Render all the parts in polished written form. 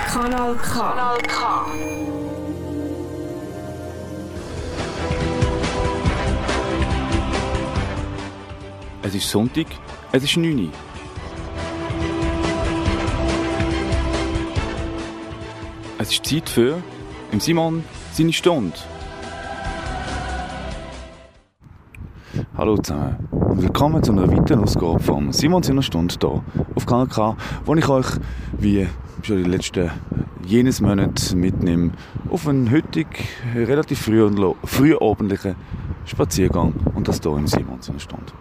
Kanal K. Kanal K. Es ist Sonntag, es ist 9 Uhr. Es ist Zeit für Simon seine Stunde. Hallo zusammen und willkommen zu einer weiteren Ausgabe von Simon seiner Stunde hier auf Kanal K, wo ich euch, wie schon die letzten jenes Monat mitnehme, auf einen heutig relativ frühabendlichen Spaziergang und das hier im Simon seiner Stunde.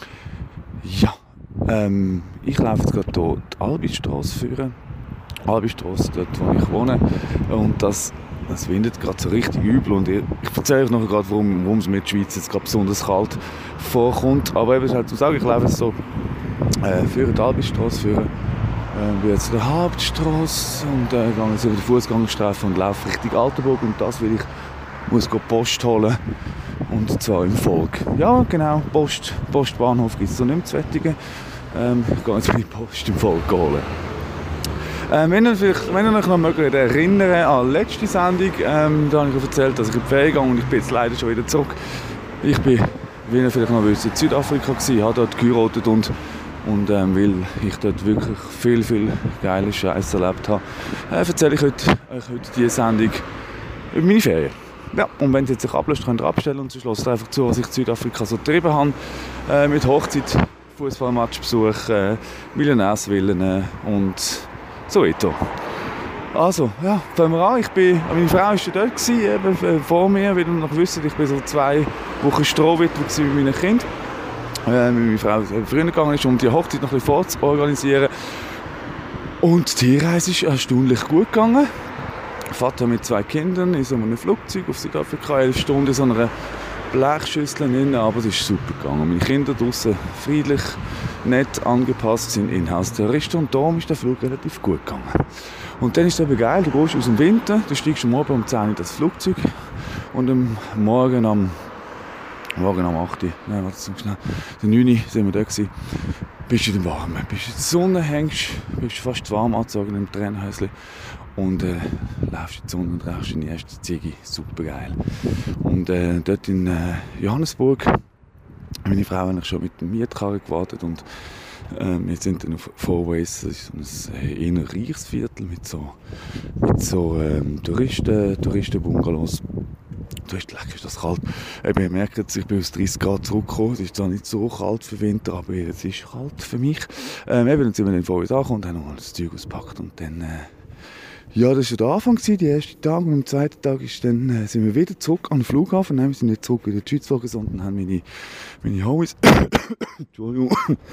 Ja, ich laufe jetzt gerade hier die Albistrasse führen. Albistrasse, dort wo ich wohne. Und das windet gerade so richtig übel. Und ich erzähle euch noch gerade, warum es mir in der Schweiz jetzt gerade besonders kalt vorkommt. Aber eben, halt zu sagen, ich laufe jetzt so für die Albistrasse führen. Bin jetzt in der Hauptstrasse und gehe jetzt über den Fußgängerstreifen und laufe Richtung Altenburg. Und das, weil ich muss Post holen. Und zwar im Volk. Ja, genau, Postbahnhof gibt es so nicht mehr zu Wettigen. Ich gehe jetzt meine Post im Volk holen. Wenn ihr euch noch mögt erinnern an die letzte Sendung, da habe ich erzählt, dass ich in die Ferien gehe und ich bin jetzt leider schon wieder zurück. Ich bin, wie ihr vielleicht noch wisst, in Südafrika gewesen, habe dort geheiratet und weil ich dort wirklich viel geile Scheiße erlebt habe, erzähle ich euch heute diese Sendung über meine Ferien. Ja, und wenn es jetzt sich ablöst, könnt ihr abstellen und sonst hört einfach zu, was ich in Südafrika so getrieben habe. Mit Hochzeit, Fußballmatchbesuch, Millionärsvillen und so weiter. Also, ja, fangen wir an. Meine Frau war dort gewesen, eben vor mir, wie ihr noch wisst. Ich war so 2 Wochen Strohwitwe mit meinen Kindern. Meine Frau früher gegangen ist, um die Hochzeit noch ein bisschen vorzuorganisieren. Und die Reise ist erstaunlich gut gegangen. Vater mit 2 Kindern in so einem Flugzeug auf Südafrika, 11 Stunden in so einer Blechschüssel drin, aber es ist super gegangen. Meine Kinder draussen friedlich, nett angepasst, sind Inhouse-Terroristen und darum ist der Flug relativ gut gegangen. Und dann ist es aber geil, du gehst aus dem Winter, du steigst am Morgen um 10 Uhr in das Flugzeug und am Morgen am 8 Uhr, nein, warte, so schnell, um 9 Uhr sind wir da gewesen, bist du in der Warme, bist in der Sonne, hängst, bist fast warm angezogen im Trennhäuschen und läufst in die Sonne und rauchst in die erste Ziege, super geil. Und dort in Johannesburg, meine Frau hat schon mit dem Mietkarren gewartet und wir sind dann auf Fourways, das ist ein eher reiches Viertel mit so Touristenbungalows. Du hast lecker, ist das kalt. Ich merke jetzt, ich bin aus 30 Grad zurückgekommen. Es ist zwar nicht so kalt für Winter, aber es ist kalt für mich. Dann sind wir dann vor uns angekommen und haben noch das Zeug ausgepackt. Und dann, ja, das war der Anfang, der erste Tag. Und am zweiten Tag sind wir wieder zurück an den Flughafen. Nein, wir sind nicht zurück in die Schweiz geflogen, sondern haben meine Homies, Entschuldigung,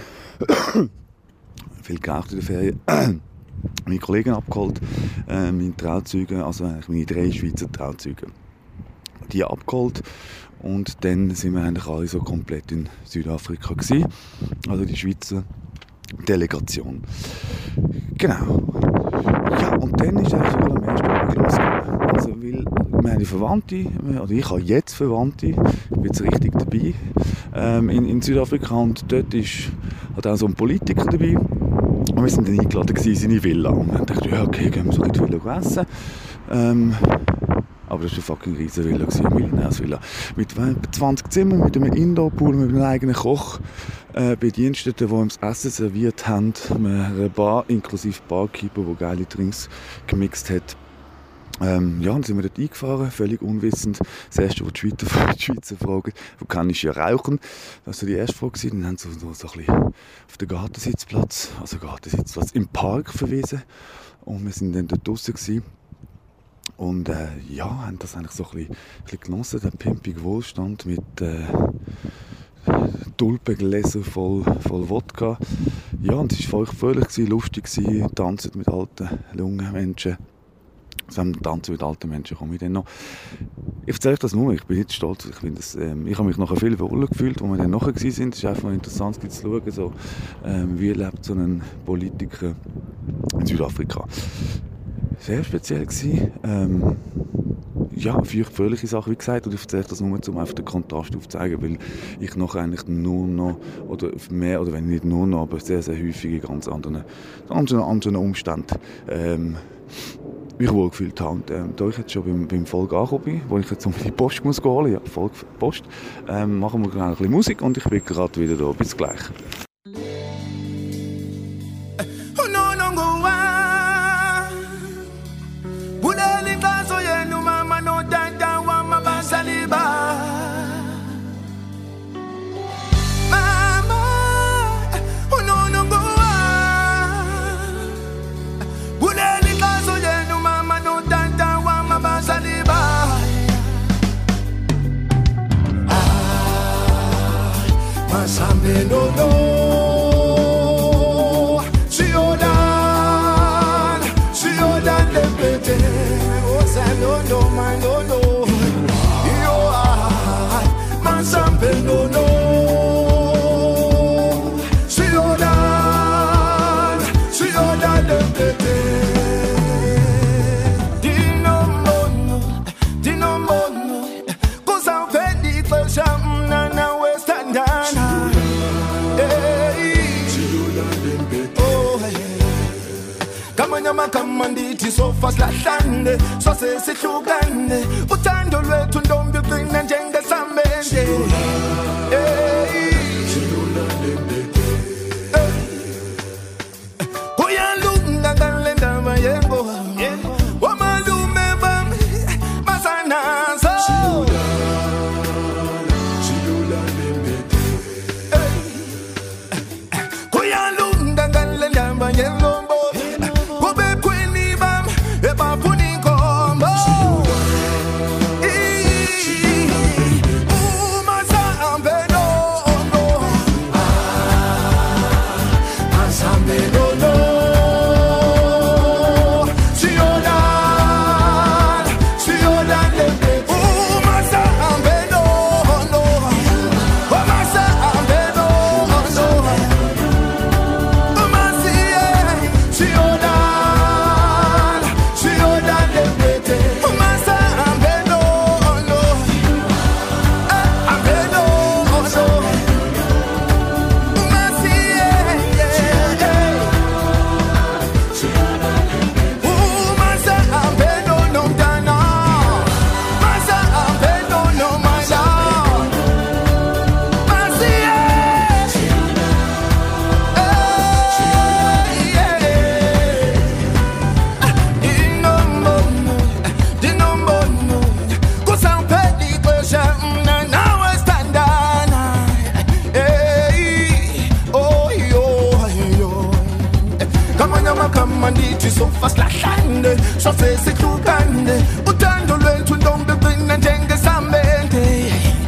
viel geraucht in der Ferien, meine Kollegen abgeholt, meine Trauzeugen, also eigentlich meine 3 Schweizer Trauzeugen. Die abgeholt und dann sind wir eigentlich alle so komplett in Südafrika gewesen, also die Schweizer Delegation. Genau. Ja, und dann ist eigentlich schon am ersten losgegangen. Also, weil wir haben Verwandte, oder ich habe jetzt Verwandte, ich bin jetzt richtig dabei in Südafrika und dort hat auch so ein Politiker dabei und wir sind dann eingeladen in seine Villa und dann dachte ich, ja okay, gehen wir so in die Villa essen. Aber das war eine fucking riesen Villa, eine Millionärsvilla. Mit 20 Zimmern, mit einem Indoor-Pool, mit einem eigenen Koch, Bediensteten, die uns das Essen serviert haben, einer Bar inklusive Barkeeper, der geile Drinks gemixt hat. Ja, dann sind wir dort eingefahren, völlig unwissend. Das erste, was die Schweizer fragen, wo kann ich ja rauchen? Das war die erste Frage. Dann haben sie so ein bisschen auf den Gartensitzplatz im Park verwiesen. Und wir sind dann dort draussen gewesen. Und ja, haben das eigentlich so ein bisschen genossen, den pimpigen Wohlstand mit Tulpengläser voll Wodka. Ja, und es war fröhlich, lustig, tanzen mit alten, jungen Menschen. Also tanzen mit alten Menschen komme ich dann noch. Ich erzähle euch das nur, ich bin nicht stolz. Ich habe mich nachher viel wohler gefühlt, wo wir dann nachher waren. Es ist einfach interessant zu schauen, so, wie lebt so ein Politiker in Südafrika. Sehr speziell gewesen. feuchtfröhliche Sachen, wie gesagt, und ich erzähle das nur, um einfach den Kontrast aufzuzeigen, weil ich noch eigentlich nur noch, oder mehr, oder wenn nicht nur noch, aber sehr, sehr häufig in ganz anderen Umständen mich wohlgefühlt habe. Und da ich jetzt schon beim Folge angekommen bin, wo ich jetzt um die Post muss holen, ja, Folge Post, machen wir gerade ein bisschen Musik und ich bin gerade wieder da. Bis gleich. Kamanditi sofa slahlande swase sihlukane uthando lwethu ntombi qina njengesamente uyalunga ngale ndaba yengo wamalume bami masanazo uyalunga ngale ndaba yengo Kamanditi sofa slahlande swase sihlukane uthando lwethu ntombi qina njengesamente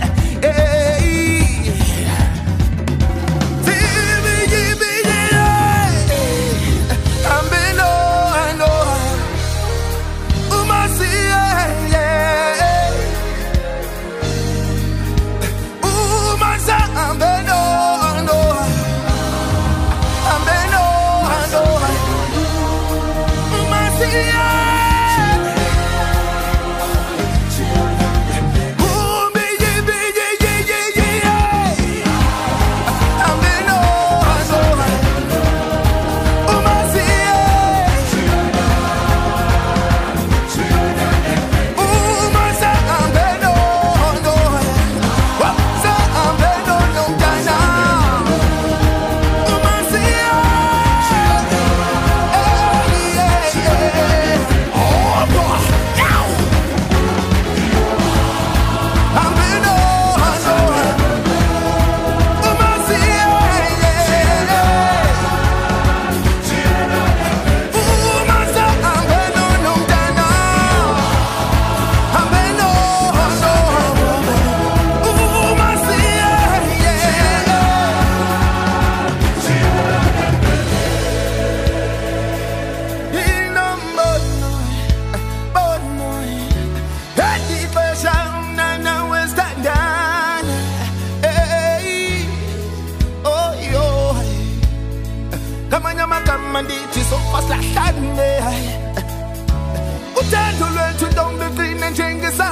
Kamanditi sofa slahlande uthando lwethu ntombi qina njengesamente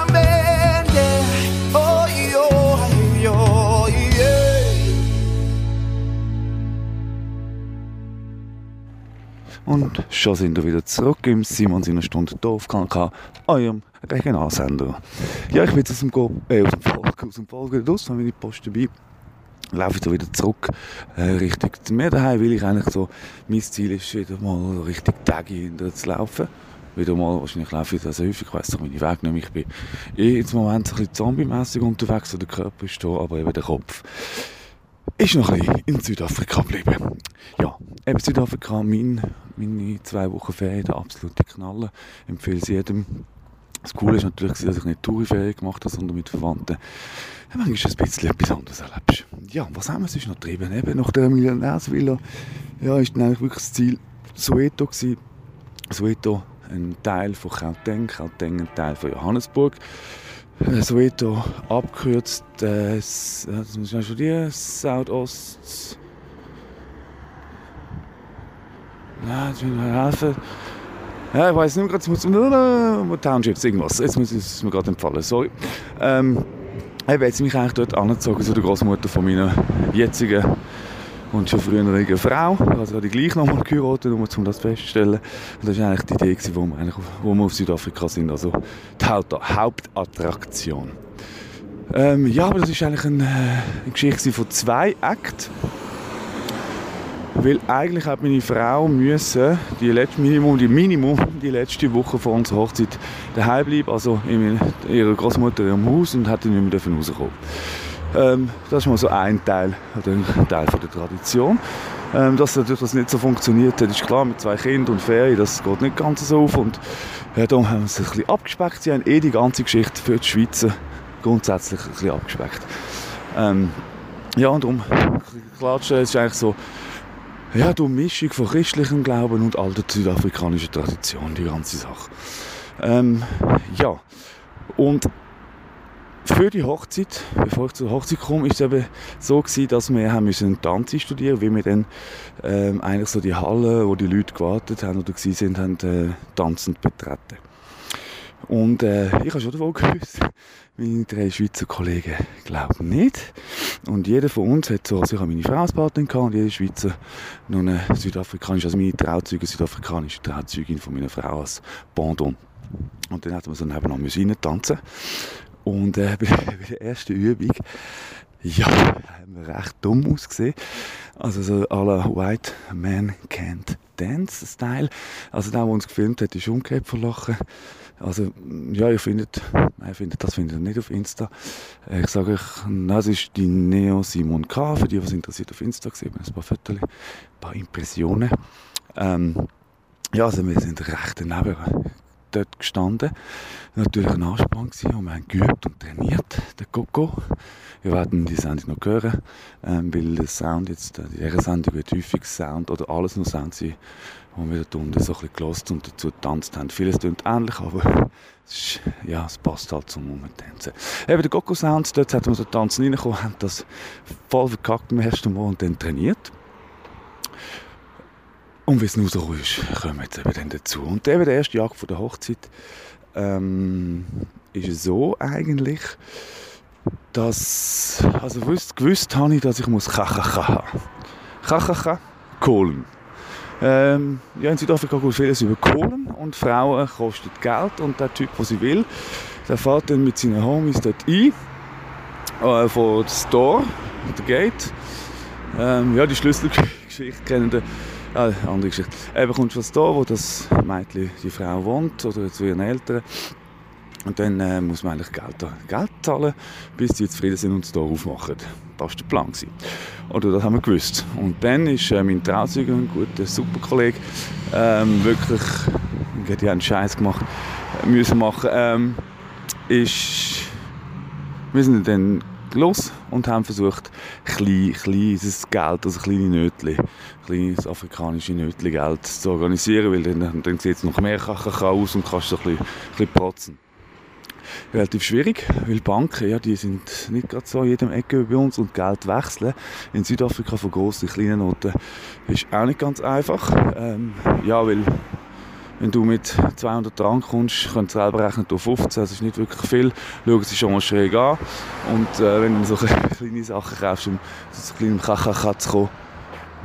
Und schon sind wir wieder zurück im Simon seiner Stunde hier auf KNK, eurem Regionalsender. Ja, ich bin jetzt aus dem Folge raus, habe meine Post dabei. Laufe ich wieder zurück Richtung mir daheim, weil ich eigentlich so, mein Ziel ist wieder mal Richtung Tagi hinter zu laufen. Wieder mal, wahrscheinlich laufe ich das häufig, ich weiss doch meine Wege nicht mehr. Ich bin im Moment ein bisschen zombie-mässig unterwegs, so der Körper ist da, aber eben der Kopf ist noch ein bisschen in Südafrika geblieben. Ja, eben Südafrika, meine 2 Wochen Ferien, der absolute Knaller, empfehle es jedem. Das Coole ist natürlich, dass ich nicht Touri-Ferien gemacht habe, sondern mit Verwandten. Ja, manchmal ist es ein bisschen etwas anderes erlebst. Ja, was haben wir sonst noch getrieben? Eben nach der Millionärsvilla, ja, ist dann eigentlich wirklich das Ziel Soweto gewesen. Soweto, ein Teil von Gauteng, ein Teil von Johannesburg. Soweto abgekürzt, das muss ich studieren, Südost. Ja, das will mir helfen. Ja, ich weiss nicht mehr gerade, Townships, irgendwas. Jetzt muss es mir gerade empfallen, sorry. Jetzt mich eigentlich dort angezogen, so der Großmutter von meiner jetzigen und schon früheren Frau. Also die gleich nochmal geheiratet, um das festzustellen. Und das war eigentlich die Idee, wo wir auf Südafrika sind, also die Hauptattraktion. Ja, aber das ist eigentlich eine Geschichte von 2 Akten. Weil eigentlich hat meine Frau müssen die letzte Woche vor unserer Hochzeit daheim bleiben, also in ihrer Großmutter in ihrem Haus, und hat nicht mehr rauskommen. Das ist mal so ein Teil von der Tradition. Dass das nicht so funktioniert hat, ist klar, mit 2 Kindern und Ferien, das geht nicht ganz so auf. Und ja, darum haben wir es ein bisschen abgespeckt. Sie haben die ganze Geschichte für die Schweizer grundsätzlich ein bisschen abgespeckt. Ja, und darum klatschen, es ist eigentlich so, ja, die Mischung von christlichem Glauben und alter südafrikanischer Tradition, die ganze Sache. Ja, und für die Hochzeit, bevor ich zur Hochzeit komme, ist es eben so gewesen, dass wir einen Tanz studieren mussten, weil wir dann eigentlich so die Halle, wo die Leute gewartet haben oder waren, haben tanzend betreten. Und ich habe schon davon gewusst, meine 3 Schweizer Kollegen glauben nicht. Und jeder von uns hat so, also ich habe meine Frau als Partnerin gehabt und jeder Schweizer noch eine südafrikanische, also meine Trauzeuge, südafrikanische Trauzeugin von meiner Frau als Pendant. Und dann hatten wir so nebenan rein tanzen. Und bei der ersten Übung, ja, haben wir recht dumm ausgesehen. Also so à la White Man Can't Dance Style. Also der uns gefilmt hat, ist umgekehrt vor Lachen. Also, ja, ihr findet das nicht auf Insta. Ich sage euch, das ist die Neo Simon K. Für die, was interessiert, auf Insta gesehen, ein paar Fotos, ein paar Impressionen. Ja, also wir sind recht daneben dort gestanden. Natürlich ein Anspruch gewesen, und wir haben geübt und trainiert, den Coco. Wir werden die Sendung noch hören, weil der Sound jetzt, in dieser Sendung wird häufig Sound oder alles nur Sound sein, wo wir da unten so ein bisschen gehört und dazu getanzt haben. Vieles klingt ähnlich, aber es passt halt zum Momentanzen. Eben der Coco-Sound, dort hat man so tanzen reingekommen, haben das voll verkackt im ersten Mal und dann trainiert. Und wie es nun so ist, kommen wir jetzt eben dann dazu. Und eben der erste Tag der Hochzeit ist so eigentlich, dass, also gewusst habe ich, dass ich Chachacha Kohlen. Ja, in Südafrika geht vieles über Kohlen und Frauen kostet Geld und der Typ, der sie will, der fährt dann mit seinen Homies dort ein, vor dem Store, der Gate. Ja, die Schlüsselgeschichte kennen andere Geschichte. Er bekommt von Store, wo das Mädchen, die Frau wohnt oder zu ihren Eltern. Und dann muss man eigentlich Geld zahlen, bis sie zufrieden sind und das Tor aufmachen. Das war der Plan. Oder das haben wir gewusst. Und dann ist mein Trauzeuge, ein guter Superkollege, wirklich, die haben einen Scheiß gemacht, müssen machen. Wir sind dann los und haben versucht, kleines Geld, also kleine Nötchen, kleines afrikanisches Nötchen-Geld zu organisieren, weil dann sieht es noch mehr aus und kannst so ein bisschen protzen. Relativ schwierig, weil Banken, ja, die sind nicht gerade so in jedem Ecke bei uns und Geld wechseln in Südafrika von grossen, kleinen Noten ist auch nicht ganz einfach. Ja, weil wenn du mit 200 Rand kommst, könnt ihr selber rechnen durch 15, das ist nicht wirklich viel. Schauen sie schon mal schräg an. Und wenn du so kleine Sachen kaufst, um zu kleinem Kachaka zu kommen,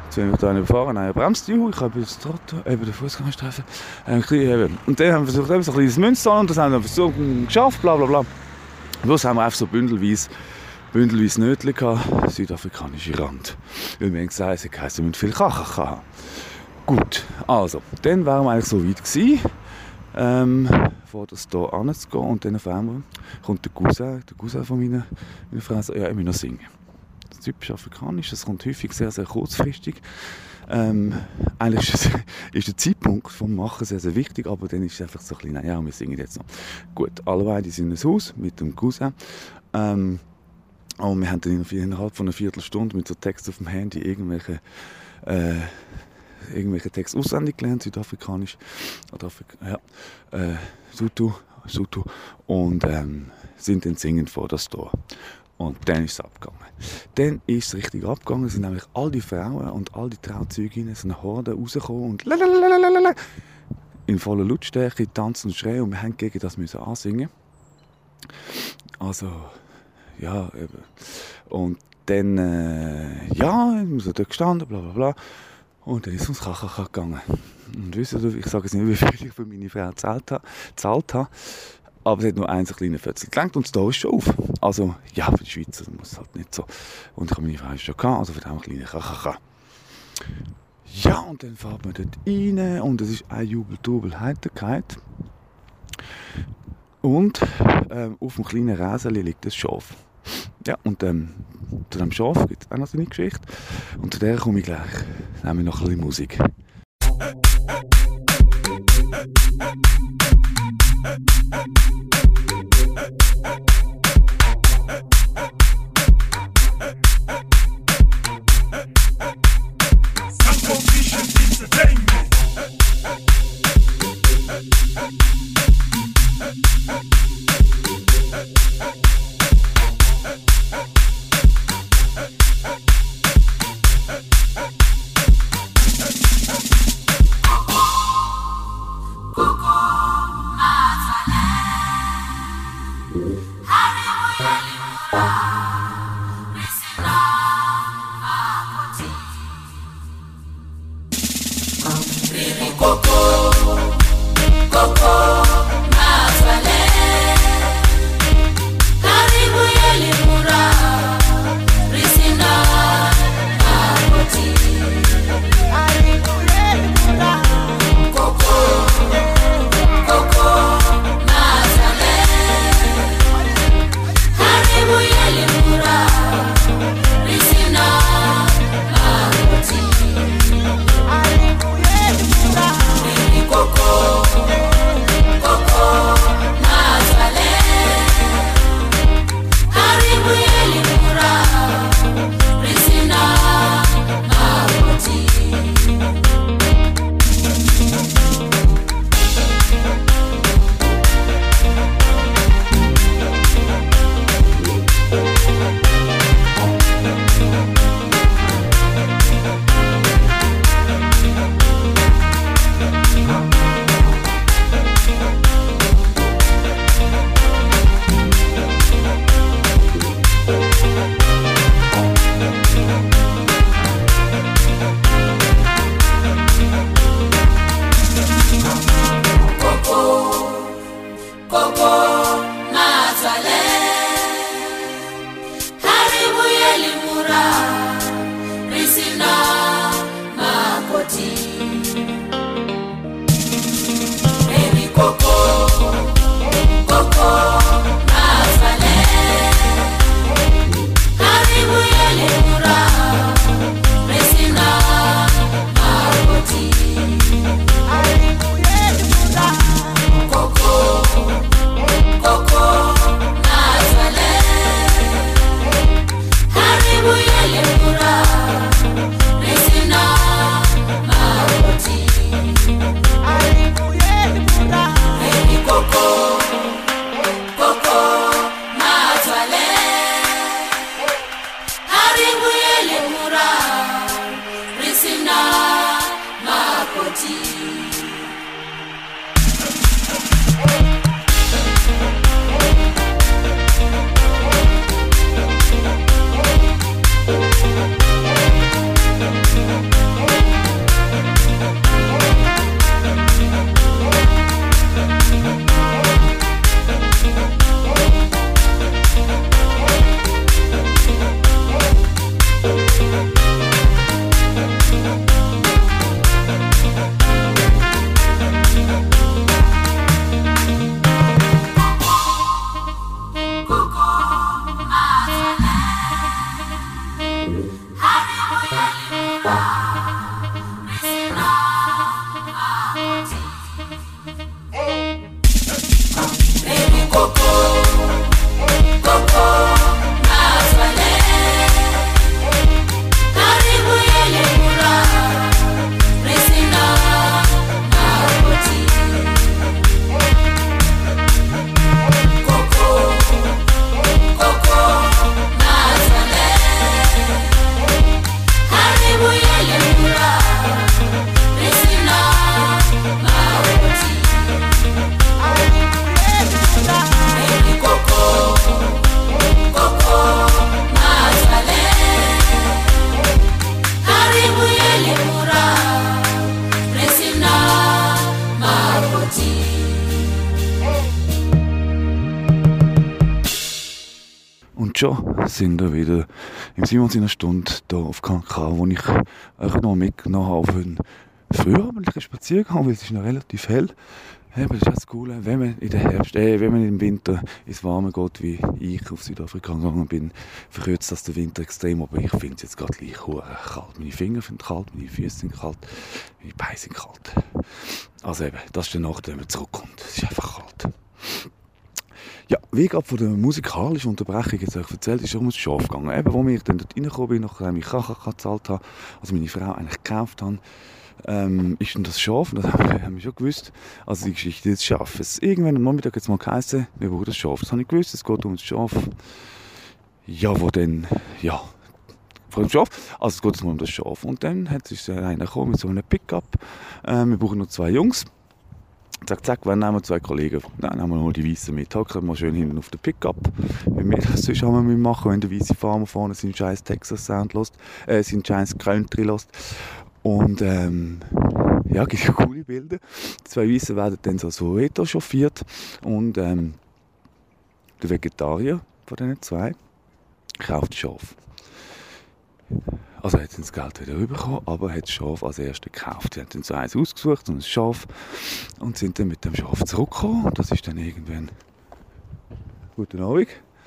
Jetzt will ich da überfahren, nein, er bremst, juhu, ich habe jetzt eben den Fußgängerstreifen. Und dann haben wir versucht, eben so ein kleines Münztal und das haben wir versucht, geschafft, bla bla bla. Bloß haben wir einfach so bündelweise Nötchen gehabt, südafrikanische Rand. Weil wir haben gesagt, es heisst, wir müssen viel Kachaka haben. Gut, also, dann waren wir eigentlich so weit gewesen, vor das hier anzugehen und dann auf einmal kommt der Cousin von meiner Frau, so, ja, ich muss noch singen. Das ist typisch afrikanisch, das kommt häufig sehr, sehr kurzfristig. Eigentlich ist der Zeitpunkt vom Machen sehr, sehr wichtig, aber dann ist es einfach so ein bisschen, ja, wir singen jetzt noch. Gut, alle beide sind in ein Haus mit dem Cousin. Und wir haben dann innerhalb von einer Viertelstunde mit so Text auf dem Handy irgendwelche Texte auswendig gelernt, südafrikanisch, Sutu, und sind dann singend vor das Tor. Und dann ist es abgegangen. Dann ist es richtig abgegangen, sind nämlich all die Frauen und all die Trauzeuginnen, so eine Horde rausgekommen und lalalala, in voller Lautstärke tanzen und schreien und wir haben gegen das müssen ansingen. Also, ja, eben. Und dann, wir sind dort gestanden, bla bla bla. Und dann ist es ums Kachaka gegangen. Und wisst ihr, ich sage jetzt nicht, wie viel ich für meine Frau gezahlt habe, aber es hat nur ein kleines Fötzel gelangt und das Tor ist schon auf. Also, ja, für die Schweizer muss es halt nicht so. Und ich habe meine Frau schon gehabt, also für den kleinen Kachaka. Ja, und dann fährt man dort rein und es ist ein Jubel, Trubel, Heiterkeit. Und auf dem kleinen Räseli liegt das Schaf. Ja, und zu dem Schaf gibt es auch noch eine Geschichte. Und zu der komme ich gleich. Dann haben wir noch ein bisschen Musik. Und schon sind wir wieder im Simon seiner Stunde hier auf KK, wo ich euch noch mitgenommen habe. Frühabendlichen Spaziergang, weil es ist noch relativ hell. Aber das ist das Coole, wenn man in den Herbst, wenn man im Winter ins Warme geht, wie ich auf Südafrika gegangen bin, verkürzt das den Winter extrem, aber ich finde es jetzt gerade gleich kalt. Meine Finger sind kalt, meine Füße sind kalt, meine Beine sind kalt. Also eben, das ist der Nachteil, wenn man zurückkommt. Es ist einfach kalt. Ja, wie gerade von der musikalischen Unterbrechung jetzt euch erzählt, ist es um das Schaf gegangen. Eben, wo ich dann dort reingekommen bin, nachdem ich KKK gezahlt habe, also meine Frau eigentlich gekauft habe, ist dann das Schaf, und das haben wir schon gewusst, also die Geschichte des Schafes. Irgendwann am Nachmittag hat es mal geheißen, wir brauchen das Schaf. Das habe ich gewusst, es geht um das Schaf. Ja, wo dann, ja, vor dem Schaf, also es geht jetzt mal um das Schaf. Und dann hat sich einer gekommen mit so einem Pickup, wir brauchen noch 2 Jungs. Zack, zack, wann nehmen wir 2 Kollegen? Dann nehmen wir mal die Weißen mit. Hocken wir schön hinten auf den Pickup. Wie wir das sonst auch mal machen, wenn der weiße Farmer vorne seinen scheiß Texas Sound lässt, seinen scheiß Country lässt. Und ja, gibt ja coole Bilder. Die 2 Weißen werden dann so Retro chauffiert. Und der Vegetarier von diesen 2 kauft Schaf. Also er hat dann das Geld wieder rübergekommen, aber er hat das Schaf als erstes gekauft. Sie haben dann so eins ausgesucht, so ein Schaf, und sind dann mit dem Schaf zurückgekommen. Und das ist dann irgendwann... Guten Abend.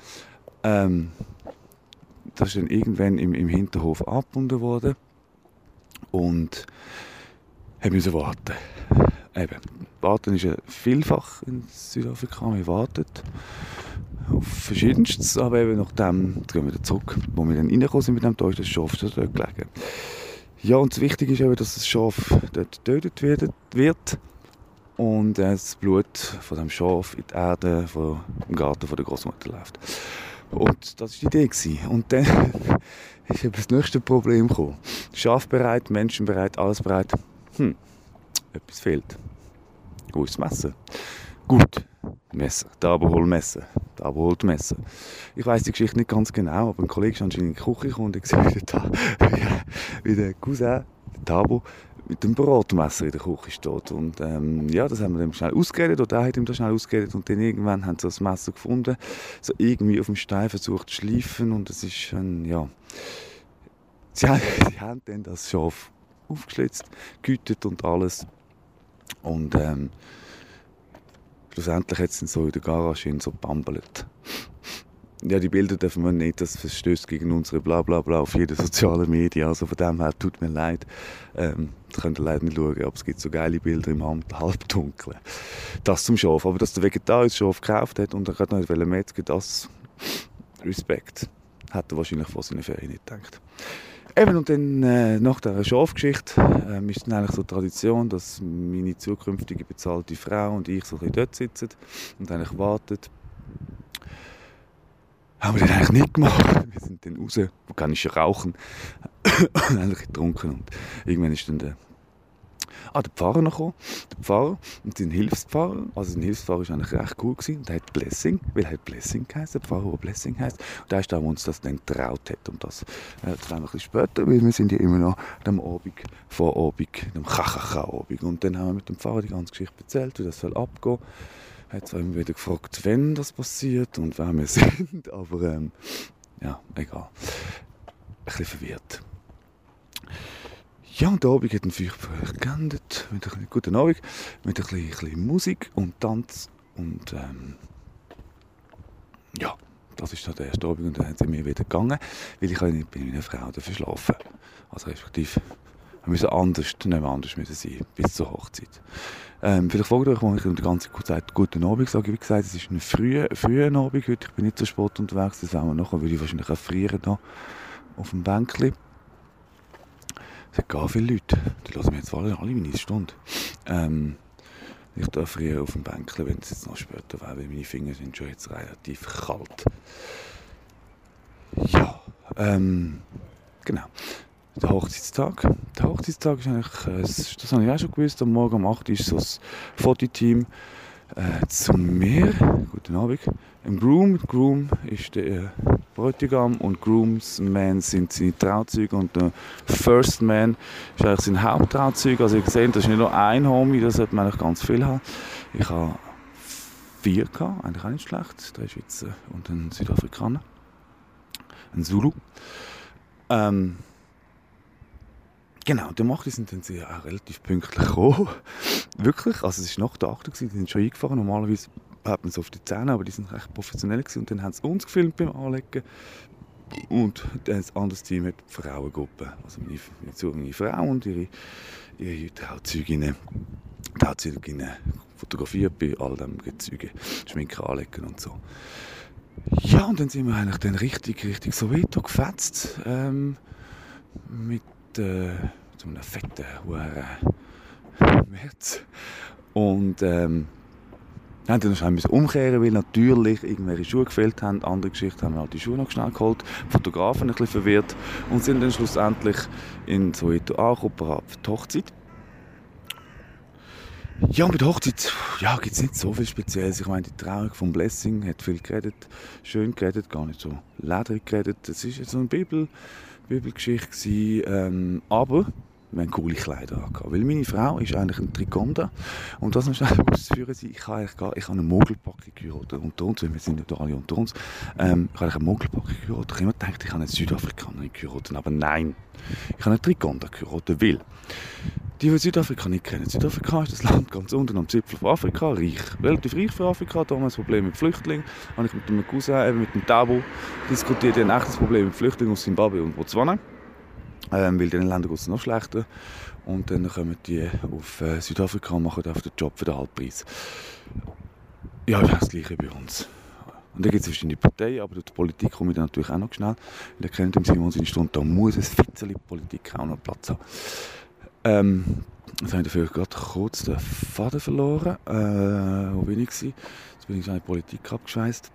Das ist dann irgendwann im Hinterhof abgebunden worden. Und haben müssen warten. Eben, warten ist ja vielfach in Südafrika, man wartet auf Verschiedenstes, aber eben nachdem, jetzt gehen wir wieder zurück, wo wir dann reingekommen sind mit dem, da ist das Schaf schon dort gelegen. Ja, und das Wichtige ist eben, dass das Schaf dort getötet wird und das Blut von dem Schaf in die Erde im Garten von der Großmutter läuft. Und das war die Idee. Und dann ist eben das nächste Problem gekommen. Schaf bereit, Menschen bereit, alles bereit. Etwas fehlt. Wo ist das Messer? Gut, Messer. Der Abo holt Messer. Der Abo holt Messer. Ich weiss die Geschichte nicht ganz genau, aber ein Kollege ist anscheinend in die Küche gekommen und hat gesehen, wie der Cousin, der Tabo, mit dem Brotmesser in der Küche steht. Und ja, das haben wir dann schnell ausgeredet, oder er hat ihm das schnell ausgeredet, und dann irgendwann haben sie das Messer gefunden, so irgendwie auf dem Stein versucht zu schleifen, und es ist ja... Sie haben dann das Schaf aufgeschlitzt, gehütet und alles. Und schlussendlich hat es dann so in der Garage so gebambelt. Ja, die Bilder dürfen wir nicht, das verstößt gegen unsere Blablabla auf jeden sozialen Medien. Also von dem her, tut mir leid. Das könnt ihr leider nicht schauen, aber es gibt so geile Bilder im Halbdunklen. Das zum Schaf. Aber dass der Vegetarier das Schaf gekauft hat und er gerade noch nicht metzgen, das Respekt. Hat er wahrscheinlich vor seinen Ferien nicht gedacht. Eben, und dann nach dieser Schafgeschichte ist es eigentlich so Tradition, dass meine zukünftige bezahlte Frau und ich so ein bisschen dort sitzen und eigentlich warten. Haben wir das eigentlich nicht gemacht. Wir sind dann raus, wo kann ich rauchen, und eigentlich getrunken. Und irgendwann ist dann der Pfarrer noch gekommen. Der Pfarrer und sein Hilfspfarrer. Also sein Hilfspfarrer war eigentlich recht cool gewesen. Der hat Blessing, weil er hat Blessing heisst, der Pfarrer, der Blessing heisst. Und der ist der, der uns das dann getraut hat. Und das wollen wir ein bisschen später, weil wir sind ja immer noch am Abend, dem KKK-Abend. Und dann haben wir mit dem Pfarrer die ganze Geschichte erzählt, wie das soll abgehen. Er hat zwar immer wieder gefragt, wenn das passiert und wer wir sind, aber ja, egal. Ein bisschen verwirrt. Ja, und der Abend hat ein Feuerwerk geendet, mit ein guten Abend, mit ein bisschen Musik und Tanz und ja, Das ist der erste Abend und dann sind wir wieder gegangen, weil ich nicht bei meiner Frau verschlafen. Also respektive, wir müssen anders müssen sein, bis zur Hochzeit. Vielleicht fragt euch, warum ich die ganze Zeit guten Abend sage. Wie gesagt, es ist ein früher Abend heute. Ich bin nicht so spät unterwegs. Das werden wir nachher, würde ich wahrscheinlich auch frieren da auf dem Bänkli. Es sind gar viele Leute. Die hören mir jetzt alle meine Stunde. Ich darf frieren auf dem Bänkli, wenn es jetzt noch später wäre, weil meine Finger sind schon jetzt relativ kalt. Ja, genau. Der Hochzeitstag. Der Hochzeitstag ist eigentlich, das habe ich auch schon gewusst, am Morgen um 8 Uhr ist so das Fototeam zu mir. Guten Abend. Im Groom ist der Bräutigam und Groomsman sind seine Trauzeuge und der First Man ist eigentlich sein Haupttrauzeuge. Also ihr seht, das ist nicht nur ein Homie, das sollte man eigentlich ganz viel haben. Ich habe 4 gehabt, eigentlich auch nicht schlecht. 3 Schweizer und ein Südafrikaner. Ein Zulu. Genau, der macht sind dann auch relativ pünktlich gekommen. Wirklich, also es war nach der 8 Uhr, die sind schon eingefahren. Normalerweise hat man es auf die Zähne, aber die sind recht professionell gewesen. Und dann haben sie uns gefilmt beim Anlegen. Und das andere Team hat die Frauengruppe. Also meine Frau und ihre Trauzeuginnen fotografiert bei all dem Gezeuge, Schminke anlegen und so. Ja, und dann sind wir eigentlich dann richtig Soweto gefetzt. Mit so einem fetten März. Und haben dann noch umkehren, weil natürlich irgendwelche Schuhe gefehlt haben. Andere Geschichten haben wir halt die Schuhe noch schnell geholt. Fotografen ein bisschen verwirrt. Und sind dann schlussendlich in Soweto angekommen für die Hochzeit. Ja, und bei der Hochzeit gibt es nicht so viel Spezielles. Ich meine, die Trauung von Blessing hat viel geredet, schön geredet, gar nicht so lederig geredet. Es war jetzt so eine Bibelgeschichte, aber wir haben coole Kleider angehabt. Weil meine Frau ist eigentlich ein Trikonda. Und das muss ich ausführen. Ich habe eine Mogelpackung geheiratet unter uns, weil wir sind nicht alle unter uns. Ich habe eine Mogelpackung geheiratet. Ich habe immer gedacht, ich habe eine Südafrikanerin geheiratet. Aber nein, ich habe eine Trikonda geheiratet, weil die Südafrika nicht kennen. Südafrika ist das Land ganz unten am Zipfel von Afrika, reich. Relativ reich für Afrika. Damals ein Problem mit Flüchtlingen. Habe ich mit dem Cousin, mit dem Tabo diskutiert. Die haben ein echtes Problem mit Flüchtlingen aus Zimbabwe und Botswana. Weil diesen Ländern geht es noch schlechter. Und dann kommen die auf Südafrika und machen auf den Job für den Halbpreis. Ja, das ist das Gleiche bei uns. Und dann gibt es verschiedene Parteien, aber durch die Politik komme ich dann natürlich auch noch schnell. Ihr kennt im Simon seine Stunde, da muss ein bisschen Politik auch noch Platz haben. Jetzt habe ich dafür gerade kurz den Faden verloren. Wo bin ich gewesen? Jetzt bin ich in die Politik abgeschweift.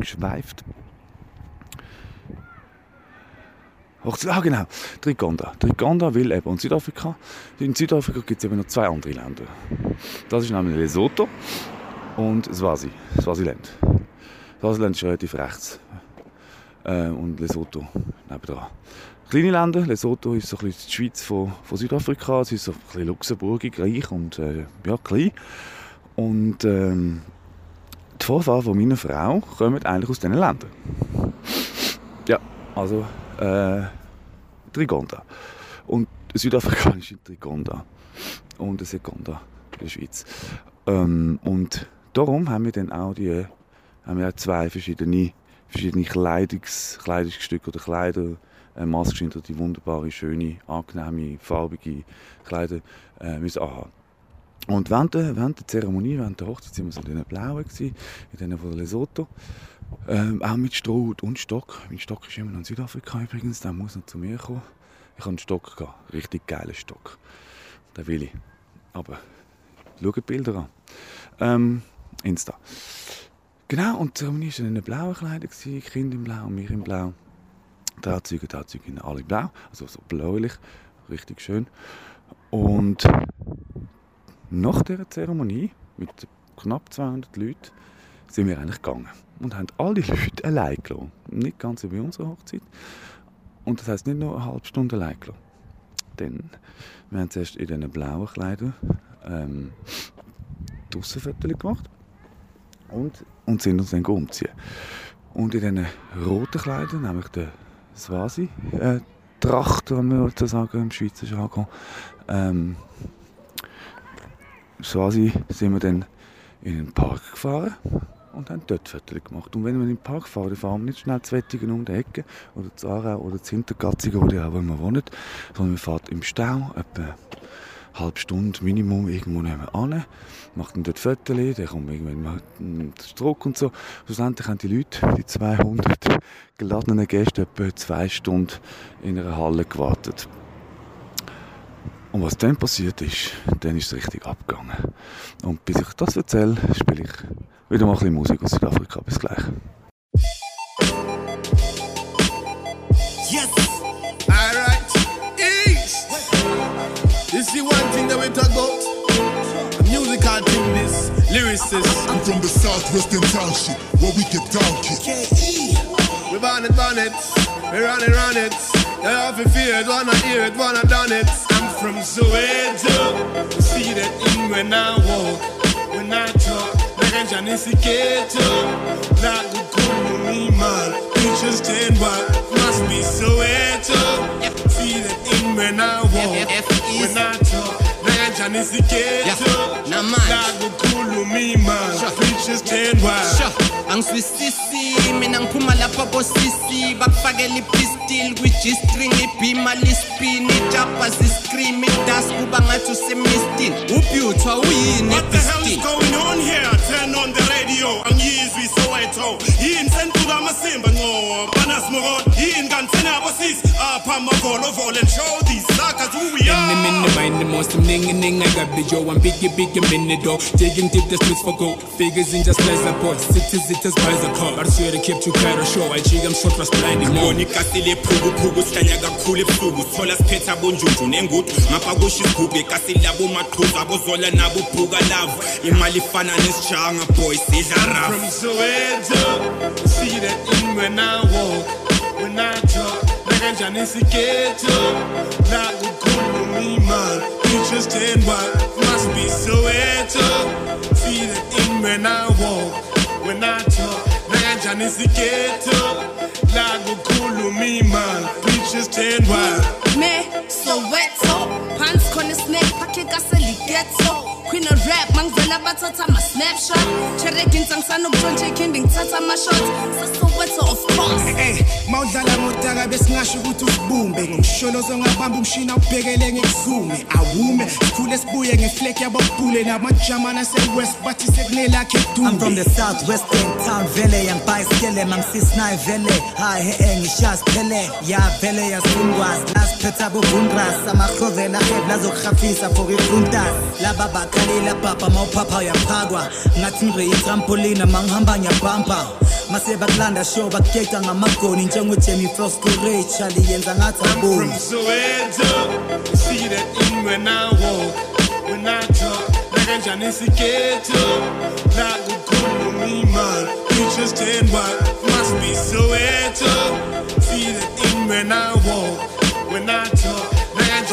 Genau, Trikonda. Trikonda will eben und Südafrika. In Südafrika gibt es eben noch 2 andere Länder. Das ist nämlich Lesotho und Swasiland. Swasiland ist relativ rechts. Und Lesotho nebendran. Kleine Länder. Lesotho ist so ein bisschen die Schweiz von Südafrika. Es ist so ein bisschen luxemburgig, reich und klein. Und die Vorfahren von meiner Frau kommen eigentlich aus diesen Ländern. Ja, also Trikonda. Und südafrikanische Trikonda. Und eine Sekonda in der Schweiz. Und darum haben wir dann auch 2 verschiedene Kleidungsstücke oder Kleider, maßgeschneiderte, wunderbare, schöne, angenehme, farbige Kleider müssen anhaben. Und während der Zeremonie, während der Hochzeit, waren wir so in den blauen, in denen von Lesotho. Auch mit Stroh und Stock. Mein Stock ist immer noch in Südafrika übrigens, der muss noch zu mir kommen. Ich habe einen Stock gehabt, richtig geilen Stock. Den will ich. Aber schaut die Bilder an. Insta. Genau, und die Zeremonie war in den blauen Kleidern, Kinder in blau, wir in blau. Trauzeuginnen alle blau, also so bläulich, richtig schön. Und nach dieser Zeremonie, mit knapp 200 Leuten, sind wir eigentlich gegangen und haben all die Leute allein gelassen. Nicht ganz wie bei unserer Hochzeit. Und das heisst nicht nur eine halbe Stunde allein gelassen. Denn wir haben zuerst in diesen blauen Kleidern draussen Fotos gemacht und sind uns dann umziehen. Und in diesen roten Kleidern, nämlich der Swasi-Tracht, wenn wir sozusagen im Schweizer Jargon, Swasi, sind wir dann in den Park gefahren. und haben dort Fotos gemacht. Und wenn wir in den Park fahren, dann fahren wir nicht schnell zu Wettigen um die Ecke oder zu Aarau oder zu Hintergatzigen, wo die auch immer wohnen, sondern wir fahren im Stau etwa eine halbe Stunde Minimum irgendwo nebenan, macht dann dort Fotos, dann kommt irgendwann mal zurück und so. Schlussendlich haben die Leute, die 200 geladenen Gäste, etwa 2 Stunden in einer Halle gewartet. Und was dann passiert ist, dann ist es richtig abgegangen. Und bis ich das erzähle, spiele ich wieder mal ein bisschen Musik aus Südafrika. Bis gleich. Yes! Alright! East! This is one thing that we talk about. A musical thing, this lyricist. I'm from the southwestern township, where we get down, kid. K.E. We burn it, we run it. You have to fear it, wanna hear it, wanna done it. I'm from Soweto. You see that in when I walk, when I talk. Like a Janisicato. Not good cool me, man. Pictures 10 back, must be Soweto. See that in when I walk, when I talk. Like a Janisicato. Not good cool me, man. Pictures 10 back. Angizwisisi mina ngiphuma lapha bosisi bakufakela ipistol kwi-G-string ibhima lispini ijabha ziscream idust kuba ngathi usemistin ubhutha uyini What the hell is going on here? Turn on the radio angiyizwi Soweto yini sentuka amasimba ngo banasmorot yini kantsena abosisi apha amagolo and show these suckers who we are. In the most ning I got the Joe and big minute though digging deep the streets for gold figures in just pleasure boys cities by the car but swear to keep you kind of show I jig I'm short was blind Ngoni kasile phuku sihlanya kakhulu ebusuku thola siphetha bonjunju nengudu ngapha kusho isigubhe kasile abo maqhuza bozola nabo bhuka love imali fana nesijanga boys idla rap from Soweto see that in when I walk when I talk like a Janisicato not good me man pictures 10 back must be Soweto see that in when I walk when I talk like a Janisicato Lago Kulu me man, preachers 10 wide. Me, Soweto, pants con a snake, packet gasoli ghetto. Queen of rap, mangvela batata my snapshot. Cherekin tangsano project kinding tata my shot. Soweto of course. Hey, mawudlala ngodaga besingasho ukuthi usibumbe ngomsholozo ngabamba umshina ubhekele ngekuzume awume sikhule sibuye ngeflake yababhule namajamana se-west bathi sekunelakhe edume. I'm from the southwestern town vele yangibicycle mangisisnayi vele hayi ngishas phele ya vele yasungwazi lasiphetha bobundras amahlovela hebla zokuhafisa for ifruntas laba bakhalila papa mawuphapha uyaphakwa ngathi ngire itrampolina mangihamba ngiyabhampa mase bakulanda show bakugeta ngamagoni njengojemmy frost kurich aliyenza ngathi aboni. From Soweto, you see that in when I walk, when I talk, like a Janisicato, not good cool me man, pictures 10 back, must be Soweto, see that in when I walk, when I talk, like a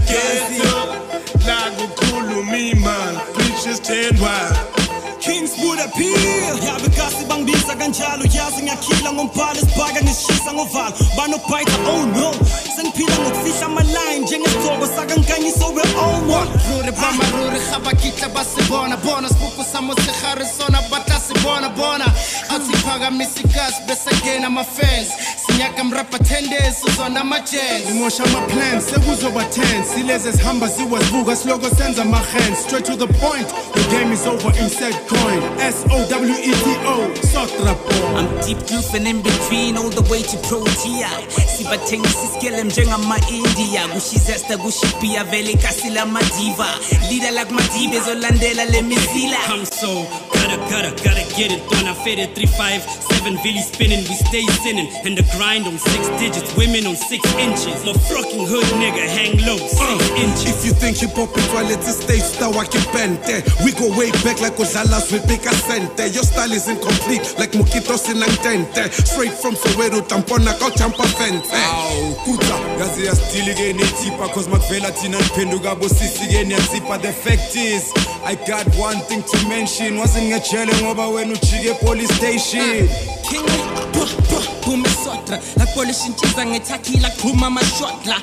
Janisicato, not good cool me man, pictures 10 back. Kingswood appeal yabekasi bangibiza kanjalo yazi ngiyakhila ngombhalo sibhaka ngisishisa ngovalo banobhayitha oh no sengiphila ngokufihla ama-line njengesigqoko sakankanyiso we-own ruri bamaruri gabakitla basibona bona sibuku samosegare sona batla sibona bona atsiphakamisa ikasi besengena ama-fans sinyaka mrapa 10 days uzona ama-jens imosha ama-plans sekuzoba 10 silezi ezihamba ziwazibuka siloko senza ama-hands straight to the point the game is over inside coin S-O-W-E-T-O Sotra boy I'm deep and in between all the way to Protea sibathengisa iskele njengama-India kushizesta kushipia vele kasila madiva leader like madiba ezolandela le mizila I'm so gotta get it done I fed it 3-5-7 Billy spinning we stay sinning and the grind on 6 digits women on 6 inches no fucking hood nigga hang low 6 inches If you think hip-hop is well it's a stage star wakipente we go way back like Ozalas with big ascente your style is incomplete like Mukitos in Antente straight from Soweto tampona kauchampa fence kuta yazi yastili geni tipa cause makvela tina npenduka bosisi geni yatipa the fact is I got one thing to mention wasn't ngechele ngoba wena uchike police station King bumesotra la polish inchiza ngethakila khuma amashotla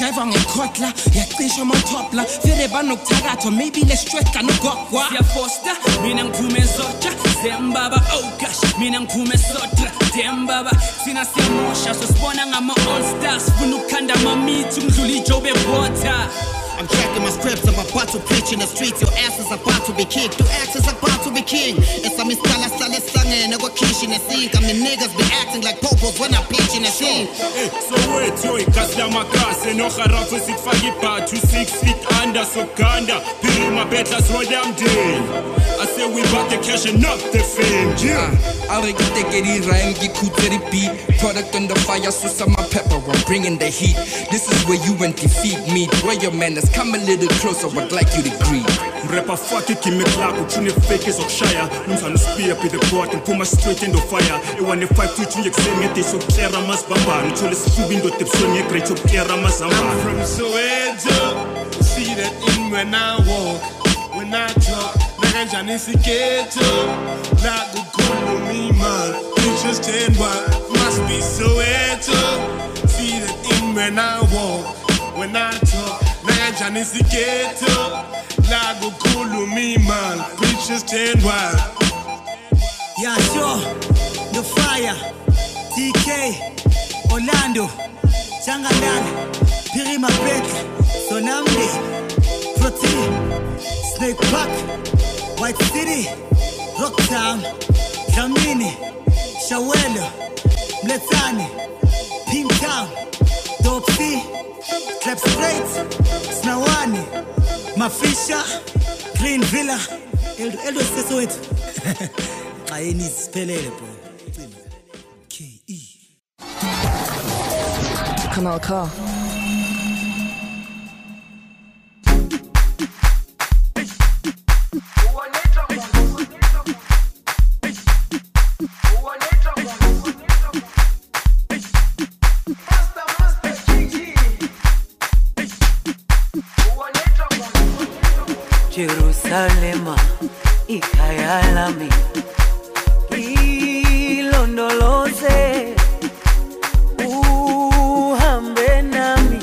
Jive ngekhodla yacisha amatoppla vele banokuthakatha maybe let's stretch kanogwagwa siyafosta mina ngiphume soja zembaba oh gosh mina ngiphume sotra dembaba sina siyamosha so sibona ngama all stars funa ukukhanda mamithi umdlula ijobe water. I'm tracking my scripts, I'm about to preach in the streets. Your ass is about to be kicked, your ass is about to be king. It's a miscala slang and a kish in the sink. I'm the niggas be acting like popos when I'm pitching a scene. So wait, yo, ikasla makase no harafu sikfaki bar 6 feet under so ganda. Piri my betas roll them deal. I say we back the cash and not the fame. Yeah. I'll get the getty rhyme, get cool to the beat. Product on the fire, so some my pepper, I'm bringing the heat. This is where you went defeat me. Where your manners come a little closer, I'd like you to agree. Rapper fuck it, give me clap, but you fake is of shire. I'm trying to spear up in the court and put my straight in the fire. And when the 522 you say it, so clear I must bamba. Until it's moving the tips on your great, so clear I must bamba. I'm from Soweto, see that in when I walk, when I talk. Naganja nisigeto, la gukulu me man. Pictures 10 must be Soweto, see that in when I walk, when I talk. Naganja nisigeto, la gukulu me man. Pictures 10 Yeah, sure, the fire, TK, Orlando, Changalala, Pirima Petra, Sonamde, Proti, Snake Park, White City, Rocktown, Zamini, Shawelo, Mletani, Pinktown, Dope C, Clap Straight, Snawani, Mafisha, Green Villa, Eldo Sesoet. I need spelling, bro. K-E. Kanal K. Jerusalema, ikhaya lami, ilondoloze, uhambe nami,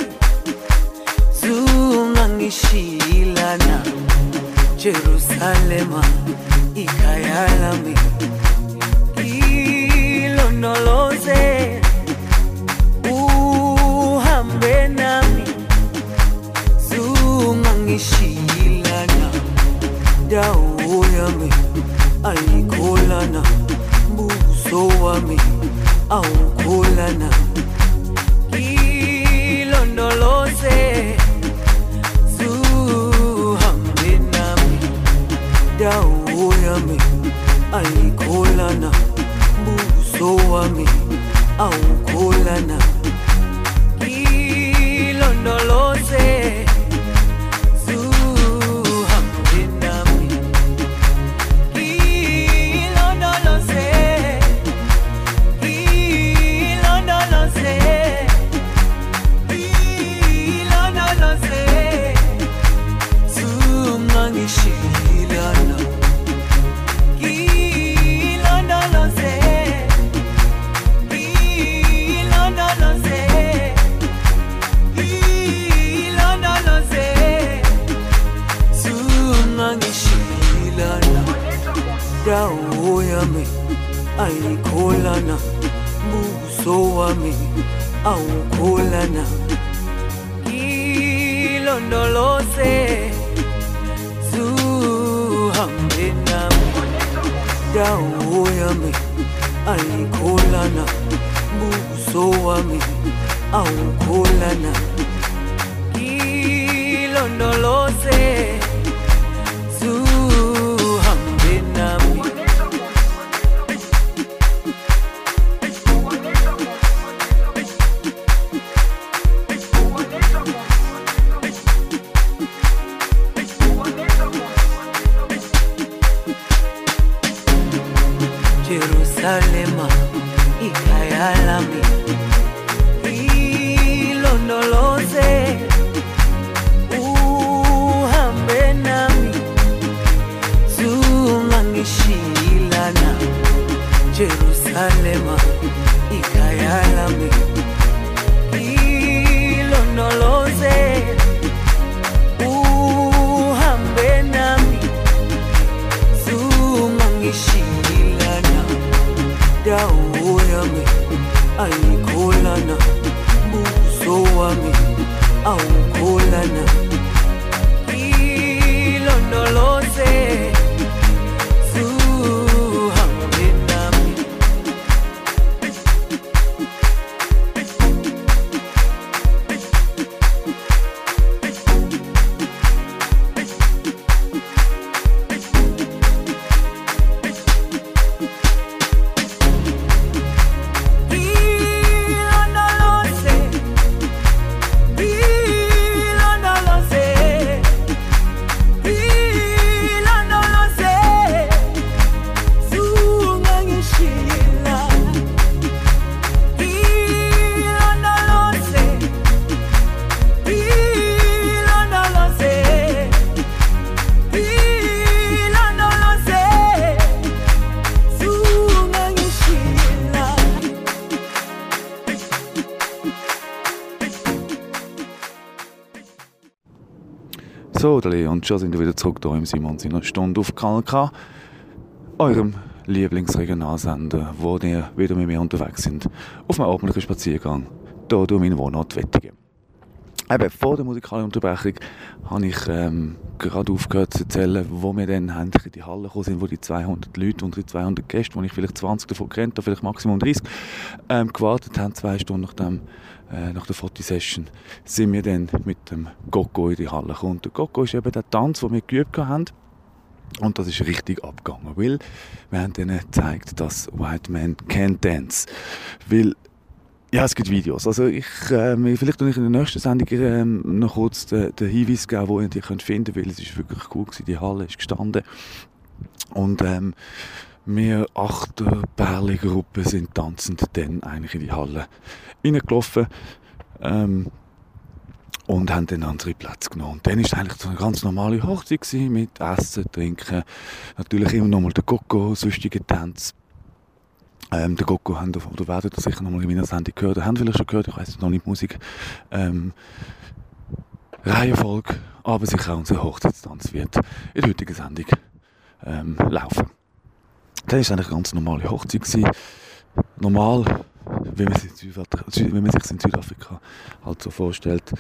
zungangishilana. Jerusalema, ikhaya lami, ilondoloze, uhambe nami, zungangishilana. Dawo yami ayikholana, buso wami awukholana. Ilondoloze, zuhambe nami. Dawo yami ayikholana, buso wami awukholana. Ilondoloze, dawo yami ayikholana, buso wami awukholana. Ilondoloze, zuhambe nami. Dawo yami ayikholana, buso wami awukholana. Ilondoloze, zuhambe nami. Jerusalema, ikhaya lami, ilondoloze, uhambe nami, zungangishilana. Jerusalema, ikhaya lami, ilondoloze. khumbulana ilondoloze zuhambe nami So, der Leo und schon sind wir wieder zurück hier im Simon seiner Stunde auf Kanal K, eurem Lieblingsregionalsender, wo ihr wieder mit mir unterwegs sind, auf einem abendlichen Spaziergang hier durch meinen Wohnort Wettingen. Eben, vor der musikalischen Unterbrechung habe ich gerade aufgehört zu erzählen, wo wir dann endlich in die Halle gekommen sind, wo die 200 Leute und die 200 Gäste, wo ich vielleicht 20 davon kennt, oder vielleicht Maximum 30, gewartet haben, 2 Stunden nach der Fotosession, sind wir dann mit dem Gogo in die Halle gekommen. Und der Gogo ist eben der Tanz, den wir geübt haben. Und das ist richtig abgegangen, weil wir haben denen gezeigt, dass White Man can dance. Weil, ja, es gibt Videos. Also vielleicht tue ich in der nächsten Sendung noch kurz den Hinweis geben, wo ihr die finden könnt, weil es ist wirklich cool gewesen. Die Halle ist gestanden. Und wir 8 Pärli-Gruppen sind tanzend dann eigentlich in die Halle reingelaufen und haben dann andere Plätze genommen. Und dann war es eigentlich so eine ganz normale Hochzeit gewesen, mit Essen, Trinken, natürlich immer noch mal der Gogo, sonstige Tänze. Der Gogo oder werdet ihr sicher noch mal in meiner Sendung gehört, haben vielleicht schon gehört, ich weiss noch nicht die Musik. Reihenfolge, aber sicher auch unser Hochzeitstanz wird in der heutigen Sendung laufen. Dann war es eigentlich eine ganz normale Hochzeit gewesen. Normal, wie man sich in Südafrika halt so vorstellt.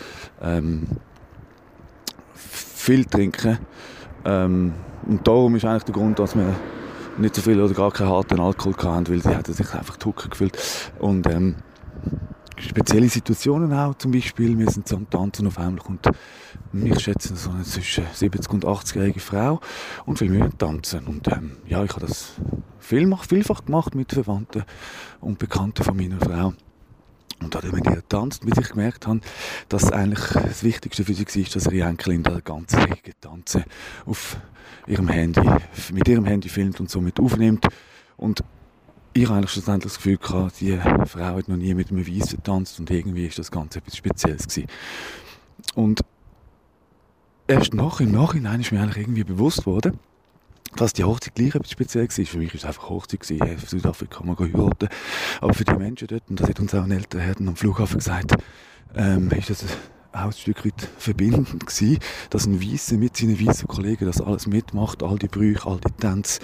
Viel trinken. Und darum ist eigentlich der Grund, dass wir nicht so viel oder gar keinen harten Alkohol hatten, weil sie hatten sich einfach Tucker gefühlt. Und spezielle Situationen auch, zum Beispiel, wir sind so am Tanzen, auf einmal kommt, ich schätze, so eine zwischen 70- und 80-jährige Frau und will mit mir tanzen. Und ja, ich habe das vielfach gemacht mit Verwandten und Bekannten von meiner Frau. Und da mit ihr tanzt, bis ich gemerkt habe, dass eigentlich das Wichtigste für sie war, dass ihre Enkelin da ganz rege Tanzen auf ihrem Handy, mit ihrem Handy filmt und somit aufnimmt. Und ich habe eigentlich schlussendlich das Gefühl gehabt, die Frau hat noch nie mit einem Weissen getanzt und irgendwie ist das Ganze etwas Spezielles gewesen. Und erst im Nachhinein ist mir eigentlich irgendwie bewusst worden, dass die Hochzeit gleich etwas speziell war. Für mich war es einfach Hochzeit gewesen, in Südafrika kann man heiraten. Aber für die Menschen dort, und das hat uns auch ein älterer Herr am Flughafen gesagt, ist das auch ein Stück weit verbindend gewesen, dass ein Weisser mit seinen weißen Kollegen das alles mitmacht, all die Brüche, all die Tänze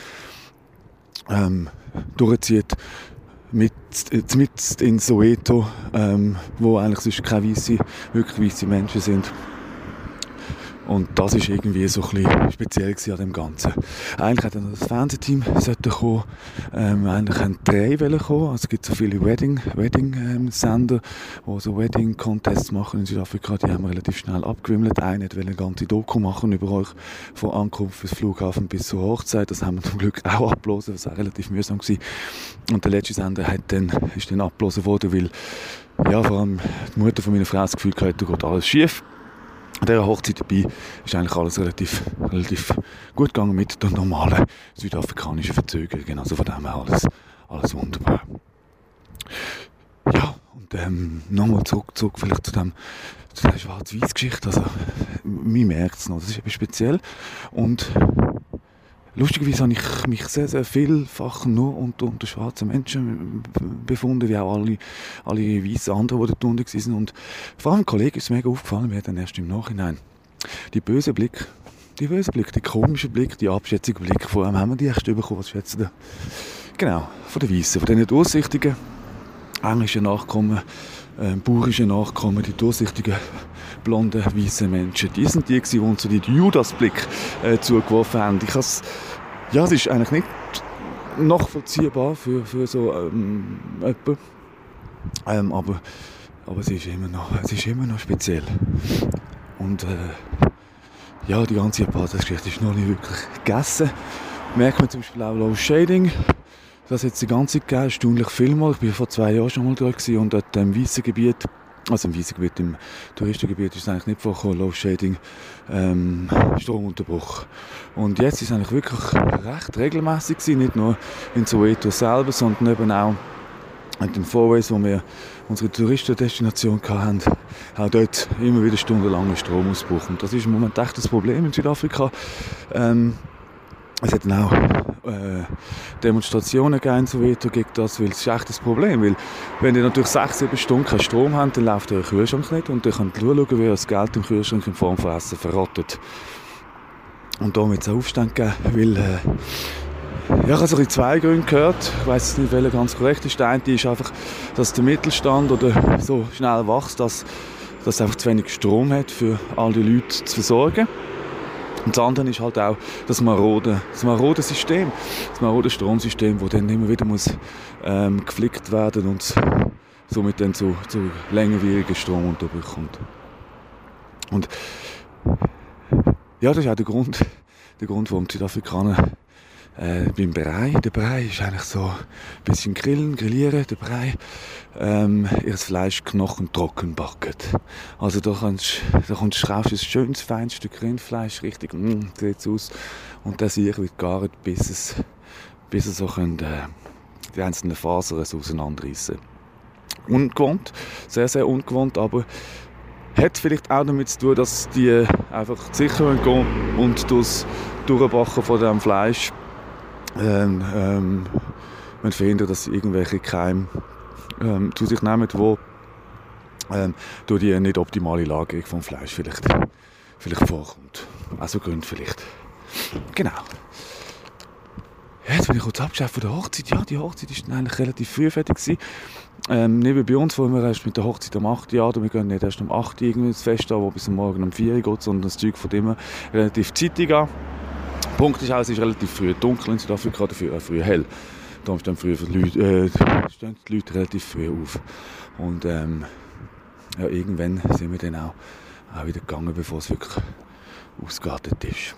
durchzieht, mit in Soweto, wo eigentlich sonst keine wirklich weisse Menschen sind. Und das war irgendwie so ein bisschen speziell an dem Ganzen. Eigentlich hätte das Fernsehteam kommen, eigentlich haben 3 kommen. Also es gibt so viele Wedding-Sender, die so Wedding-Contests machen in Südafrika. Die haben wir relativ schnell abgewimmelt. Einer wollte eine ganze Doku machen über euch, von Ankunft bis Flughafen bis zur Hochzeit. Das haben wir zum Glück auch abgelesen, das war relativ mühsam gewesen. Und der letzte Sender ist dann abgelesen worden, weil ja, vor allem die Mutter von meiner Frau das Gefühl hatte, da geht alles schief. An dieser Hochzeit dabei ist eigentlich alles relativ gut gegangen mit den normalen südafrikanischen Verzögerungen. Also von dem her alles wunderbar. Ja, und nochmal zurück vielleicht zu der Schwarz-Weiß-Geschichte. Also, man merkt es noch, das ist etwas speziell. Und lustigerweise habe ich mich sehr, sehr vielfach nur unter schwarzen Menschen befunden, wie auch alle weißen anderen, die dort unten waren. Und vor allem Kollegen ist es mega aufgefallen, mir dann erst im Nachhinein. Die bösen Blick, die komischen Blick, die abschätzigen Blick, vor allem haben wir die erst bekommen, was schätzen wir? Genau, von den Weißen, von den Durchsichtigen, englischen Nachkommen bauerischen Nachkommen, die durchsichtigen, blonden, weißen Menschen, die sind die, die uns so den Judasblick zugeworfen haben. Es ist eigentlich nicht nachvollziehbar für so jemanden. Aber es ist immer noch speziell. Und die ganze Apartheid-Geschichte ist noch nicht wirklich gegessen. Merkt man zum Beispiel auch Low Shading. Das hat es die ganze Zeit gegeben, erstaunlich viel mal. Ich war vor 2 Jahren schon mal dort und dort im weißen Gebiet, im Touristengebiet, ist es eigentlich nicht vorgekommen, Low Shading, Stromunterbruch. Und jetzt ist es eigentlich wirklich recht regelmäßig gewesen, nicht nur in Soweto selber, sondern eben auch in den Fourways, wo wir unsere Touristendestination hatten, auch dort immer wieder stundenlange Stromausbruch. Und das ist im Moment echt das Problem in Südafrika. Es hat dann auch Demonstrationen gegeben, so weiter gegen das, weil es ist echt das Problem, weil wenn ihr natürlich 6-7 Stunden keinen Strom habt, dann läuft euer Kühlschrank nicht und ihr könnt schauen, wie ihr das Geld im Kühlschrank in Form von Essen verrottet. Und da wird es auch Aufstand geben, weil ich habe so 2 Gründe gehört, ich weiss nicht, welcher ganz korrekt ist. Der eine ist einfach, dass der Mittelstand oder so schnell wächst, dass es einfach zu wenig Strom hat, für all die Leute zu versorgen. Und das andere ist halt auch das marode System, das marode Stromsystem, das dann immer wieder muss geflickt werden und somit dann zu längerwierigen Stromunterbrüchen kommt. Und das ist auch der Grund, warum die Südafrikaner beim Brei, der Brei ist eigentlich so ein bisschen grillieren, der Brei, ihr Fleisch knochentrocken backen. Also da kaufst du ein schönes, feines Stück Rindfleisch, richtig, sieht's aus. Und das hier wird gegart, bis es so können, die einzelnen Fasern so auseinanderreissen. Ungewohnt, sehr, sehr ungewohnt, aber hat vielleicht auch damit zu tun, dass die einfach sicher gehen und das Durchbacken von diesem Fleisch man verhindert, dass sie irgendwelche Keime zu sich nehmen, die durch die nicht optimale Lagerung vom Fleisch vielleicht vorkommt. Also Gründe vielleicht. Genau. Jetzt bin ich kurz abgeschafft von der Hochzeit. Ja, die Hochzeit war eigentlich relativ früh fertig gewesen. Nicht wie bei uns, wo wir erst mit der Hochzeit am 8. Jahr, wir gehen nicht erst um 8 Uhr irgendwie ins Fest an, wo bis am Morgen um 4 Uhr geht, sondern das Zeug von immer relativ zeitig an. Der Punkt ist auch, es ist relativ früh dunkel in Südafrika, dafür früh hell. Darum stehen die Leute relativ früh auf. Und irgendwann sind wir dann auch wieder gegangen, bevor es wirklich ausgeartet ist.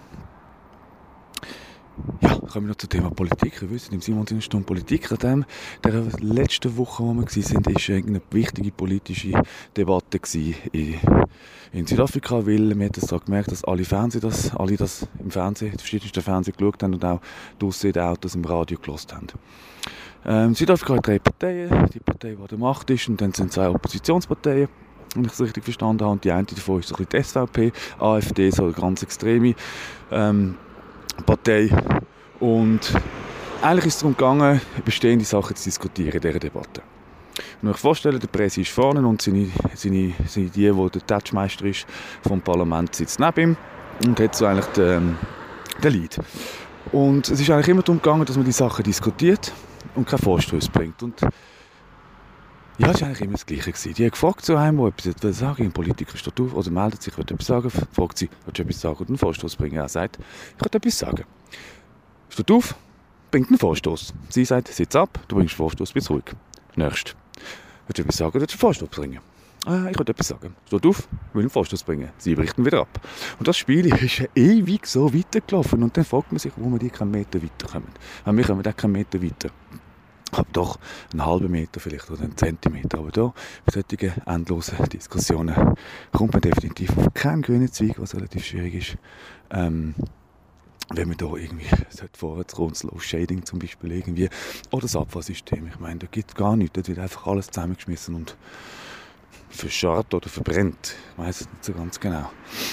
Ja, kommen wir noch zum Thema Politik. Wir wissen, im Simon eine Stunde Politik. An der letzten Woche, wo wir waren, war eine wichtige politische Debatte in Südafrika, weil wir das gemerkt, dass alle das im Fernsehen, die verschiedensten Fernsehen geschaut haben und auch draussen in den Autos im Radio gehört haben. Südafrika hat 3 Parteien, die Partei, die an der Macht ist, und dann sind 2 Oppositionsparteien, wenn ich es richtig verstanden habe. Und die eine davon ist so ein bisschen die SVP, AfD, so eine ganz extreme Partei. Und eigentlich ist es darum gegangen, bestehende Sachen zu diskutieren in dieser Debatte. Und euch vorstellen, der Presse ist vorne und die, der Touchmeister ist vom Parlament, sitzt neben ihm und hat so eigentlich den Lead. Und es ist eigentlich immer darum gegangen, dass man die Sachen diskutiert und keinen Vorstöß bringt. Und ja, es war eigentlich immer das Gleiche gewesen. Die haben gefragt zu einem, der etwas sagen will, ein Politiker steht auf oder meldet sich, will etwas sagen, fragt sie, willst du etwas sagen und einen Vorstoß bringen? Er sagt, ich will etwas sagen. Steht auf, bringt einen Vorstoß. Sie sagt, sitz ab, du bringst einen Vorstoß, bis ruhig. Nächst. Willst du etwas sagen, willst du einen Vorstoß bringen? Ich will etwas sagen. Steht auf, will einen Vorstoß bringen. Sie bricht ihn wieder ab. Und das Spiel ist ewig so weitergelaufen. Und dann fragt man sich, warum wir die keinen Meter weiterkommen. Wir kommen auch keinen Meter weiter. Aber doch einen halben Meter vielleicht oder einen Zentimeter. Aber da, bei solchen endlosen Diskussionen, kommt man definitiv auf keinen grünen Zweig, was relativ schwierig ist. Wenn man da irgendwie vorwärts kommt, das Low Shading zum Beispiel irgendwie, oder das Abfallsystem. Ich meine, da gibt es gar nichts. Da wird einfach alles zusammengeschmissen und verscharrt oder verbrennt. Ich weiss es nicht so ganz genau.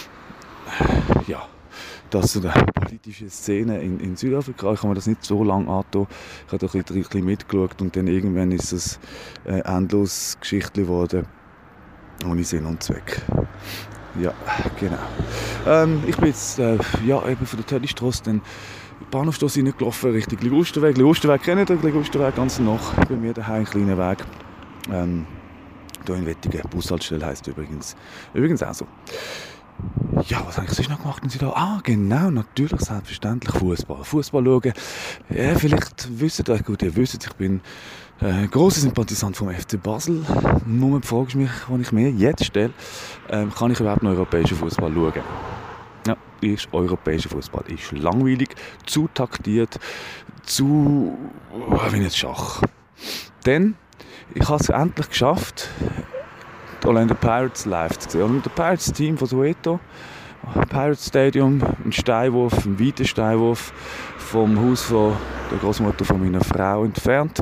Ja. Das ist eine politische Szene in Südafrika. Ich habe mir das nicht so lange angetan. Ich habe da ein bisschen mitgeschaut und dann irgendwann ist es ein endloses Geschichtchen geworden, ohne Sinn und Zweck. Ja, genau. Ich bin jetzt eben von der Teddystrasse dann die Bahnhofstrasse reingelaufen, Richtung Ligusterweg. Ligusterweg kennt ihr, Ligusterweg ganz noch bei mir daheim, ein kleiner Weg. Hier in Wettigen. Bushaltestelle heisst übrigens auch so. Ja, was habe ich sonst noch gemacht? Genau, natürlich, selbstverständlich Fußball. Fußball schauen. Ja, vielleicht wisst ihr, gut, ihr wisst, ich bin grosser Sympathisant vom FC Basel. Nur die Frage ist mich, die ich mir jetzt stelle, kann ich überhaupt noch europäischen Fußball schauen? Ja, ist europäischer Fußball. Ist langweilig, zu taktiert, zu wie nicht Schach. Denn ich habe es endlich geschafft, die Orlando Pirates live zu sehen. Orlando Pirates Team von Soweto, Pirates Stadium, ein Steinwurf, ein weiter Steinwurf vom Haus von der Großmutter von meiner Frau entfernt.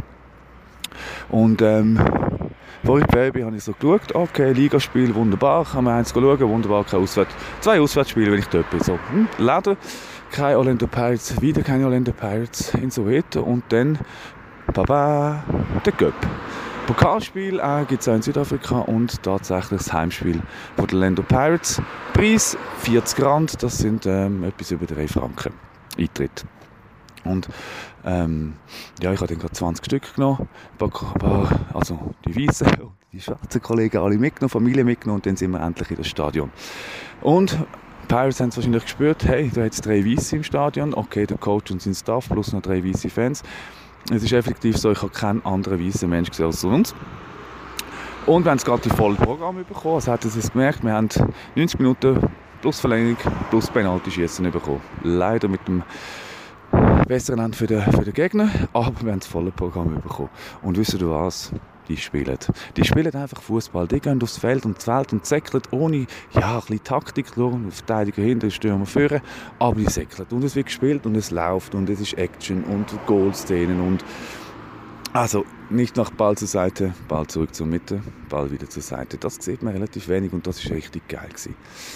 Und vor ich Baby habe ich so geschaut, okay, Ligaspiel, wunderbar, kann man eins schauen, wunderbar, zwei Auswärtsspiele, wenn ich dort bin. So, leider keine Orlando Pirates, wieder keine Orlando Pirates in Soweto und dann Baba, der Göpp. Pokalspiel gibt es auch in Südafrika und tatsächlich das Heimspiel von den Orlando Pirates. Preis 40 Rand, das sind etwas über 3 Franken Eintritt. Und ja, ich habe dann gerade 20 Stück genommen, also die weißen und die schwarzen Kollegen alle mitgenommen, Familie mitgenommen und dann sind wir endlich in das Stadion. Und die Pirates haben es wahrscheinlich gespürt, hey, da hat es 3 Weiße im Stadion, okay, der Coach und sein Staff plus noch 3 weiße Fans. Es ist effektiv so, ich habe keinen anderen weißen Menschen gesehen als uns. Und wir haben gerade die volle Programm bekommen, also hat es gemerkt, wir haben 90 Minuten plus Verlängerung plus Penalty-Schießen bekommen. Leider mit dem besseren Ende für den Gegner, aber wir haben das volle Programm bekommen. Und wisst ihr was? Die spielen einfach Fußball. Die gehen aufs Feld und säckeln ohne ein bisschen Taktik, Verteidiger hinten, Stürmer führen, aber die säckeln. Und es wird gespielt und es läuft und es ist Action und Goalszenen und also nicht nach Ball zur Seite, Ball zurück zur Mitte, Ball wieder zur Seite. Das sieht man relativ wenig und das war richtig geil gewesen.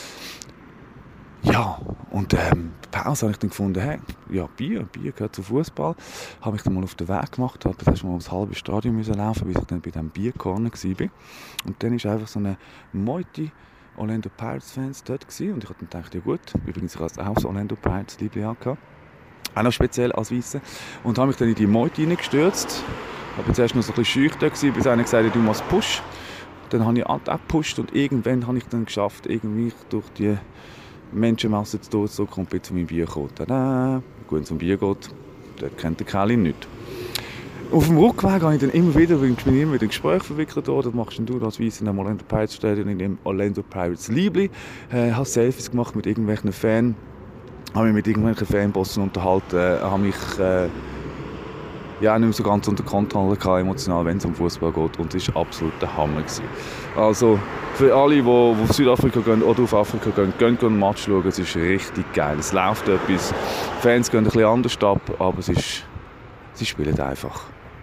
Ja, und Pause habe ich dann gefunden, hey, ja, Bier gehört zu Fußball. Habe mich dann mal auf den Weg gemacht, habe das mal aufs halbe Stadion laufen, bis ich dann bei diesem Bierkorn war. Und dann war einfach so eine Meute Orlando Pirates-Fans dort gewesen. Und ich habe dann gedacht, ja gut, übrigens ich habe auch so Orlando Pirates-Liebling gehabt. Auch noch speziell als Weisse. Und habe mich dann in die Meute reingestürzt. Ich war zuerst noch so ein bisschen schüch da gewesen, bis einer gesagt hat, du machst Push. Dann habe ich abgepusht und irgendwann habe ich dann geschafft, irgendwie durch die Menschenmasse zu tun, so kommt zu meinem Bier gekommen. Tada! Gut, wenn es um Bier geht, dort kennt der Kerl ihn nicht. Auf dem Rückweg habe ich dann immer wieder ein Gespräch verwickelt. Das machst du als Weiss in einem Orlando Pirates Stadion, in dem Orlando Pirates Liebling. Habe Selfies gemacht mit irgendwelchen Fans, habe mich mit irgendwelchen Fanbossen unterhalten, habe mich nicht mehr so ganz unter Kontrolle gehabt, emotional, wenn es um Fußball geht. Und es war absolut der Hammer gewesen. Also für alle, die auf Südafrika gehen oder auf Afrika gehen einen Match schauen, es ist richtig geil. Es läuft etwas, die Fans gehen ein bisschen anders ab, aber sie spielen einfach.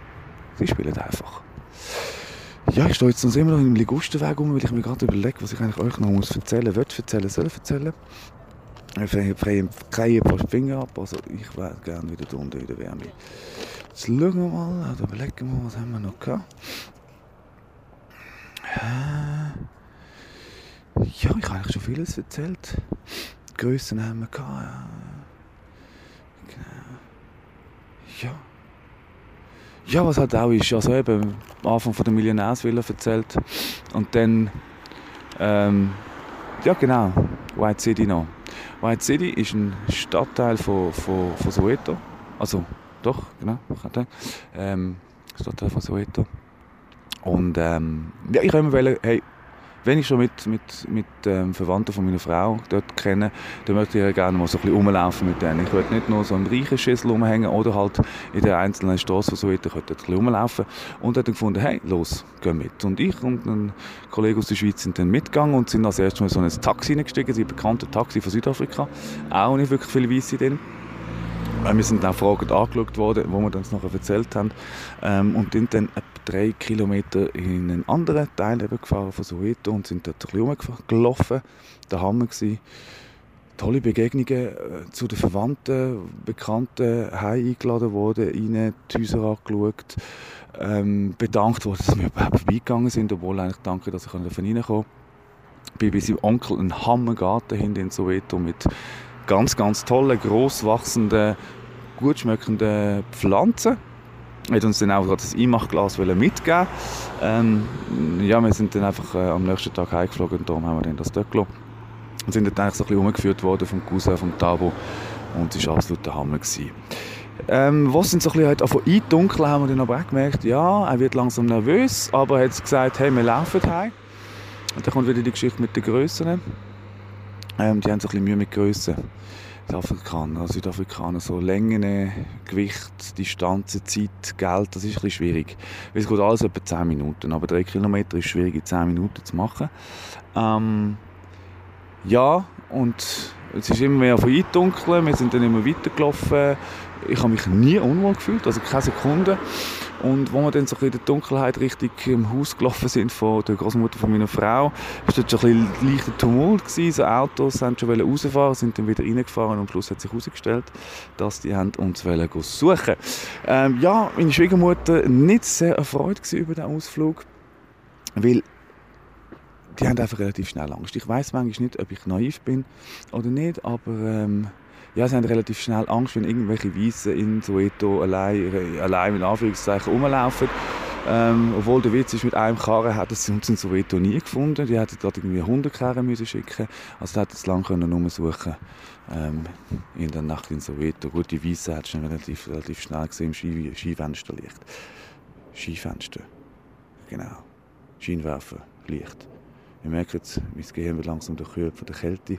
Ja, ich stehe jetzt noch immer noch im Ligustenweg rum, weil ich mir gerade überlege, was ich eigentlich euch noch erzählen soll. Ich freie ein paar Finger ab, also ich wäre gerne wieder da unten in der Wärme. Jetzt schauen wir mal, oder überlegen wir mal, was haben wir noch gehabt. Ja, ich habe eigentlich schon vieles erzählt. Die Grössen haben wir gehabt. Genau. Ja, was halt auch ist, also eben am Anfang von der Millionärsvilla erzählt und dann, ja genau, White City noch. White City ist ein Stadtteil von Soweto, also doch, genau, Stadtteil von Soweto. Und ja, ich habe immer hey, wenn ich schon mit Verwandten von meiner Frau dort kenne, dann möchte ich ja gerne mal so ein bisschen rumlaufen mit denen. Ich möchte nicht nur so im reichen Schüssel rumhängen oder halt in der einzelnen Straße von Soweto, ich möchte dort ein bisschen rumlaufen. Und dann gefunden, hey, los, geh mit. Und ich und ein Kollege aus der Schweiz sind dann mitgegangen und sind als erstes mal so ein Taxi reingestiegen, ein bekanntes Taxi von Südafrika. Auch nicht wirklich viele Weisse drin. Wir sind auch fragend angeschaut worden, wo wir uns nachher erzählt haben. Und sind dann etwa 3 Kilometer in einen anderen Teil gefahren von Soweto und sind dort ein bisschen rumgelaufen. Der Hammer war. Tolle Begegnungen zu den Verwandten, Bekannten, heim eingeladen worden, rein, die Häuser angeschaut, bedankt worden, dass wir überhaupt vorbeigegangen sind, obwohl eigentlich danke, dass ich reinkommen konnte. Bei seinem Onkel einen Hammergarten hinten in Soweto mit ganz, ganz tollen, gross wachsenden, gut schmeckenden Pflanzen. hat uns dann auch gerade das Einmachglas mitgeben. Ja, wir sind dann einfach am nächsten Tag heimgeflogen und darum haben wir dann das dort gelassen. Und sind dann eigentlich so ein bisschen umgeführt worden vom Cousin, vom Tabo. Und es war absolut der Hammer gewesen. Was sind so ein bisschen halt eindunkeln, haben wir dann aber auch gemerkt, ja, er wird langsam nervös, aber er hat gesagt, hey, wir laufen heim. Und dann kommt wieder die Geschichte mit den Grössen. Die haben so ein bisschen Mühe mit Grössen. Südafrikaner, so Längen, Gewicht, Distanzen, Zeit, Geld, das ist ein bisschen schwierig. Weil es geht alles etwa 10 Minuten, aber 3 Kilometer ist schwierig in 10 Minuten zu machen. Ja, und es ist immer mehr eindunkeln, wir sind dann immer weitergelaufen. Ich habe mich nie unwohl gefühlt, also keine Sekunde. Und als wir dann so in der Dunkelheit Richtung im Haus gelaufen sind von der Großmutter von meiner Frau, war dort schon ein bisschen leichter Tumult gewesen. So Autos wollten schon rausfahren, sind dann wieder reingefahren und am Schluss hat sich herausgestellt, dass die uns suchen. Ja, meine Schwiegermutter nicht sehr erfreut über den Ausflug, weil die haben einfach relativ schnell Angst. Ich weiss manchmal nicht, ob ich naiv bin oder nicht, aber ja, sie haben relativ schnell Angst, wenn irgendwelche Weissen in Soweto allein in Anführungszeichen rumlaufen. Obwohl der Witz ist, mit einem Karren hätten sie uns in Soweto nie gefunden. Die hätten gerade irgendwie 100 Karren müssen schicken. Also die hätten es lange rumsuchen in der Nacht in Soweto. Gut, die Weissen hat schon relativ schnell gesehen im Skifensterlicht. Skifenster. Genau. Scheinwerfer. Licht. Wir merken jetzt, mein Gehirn wird langsam durchhört von der Kälte.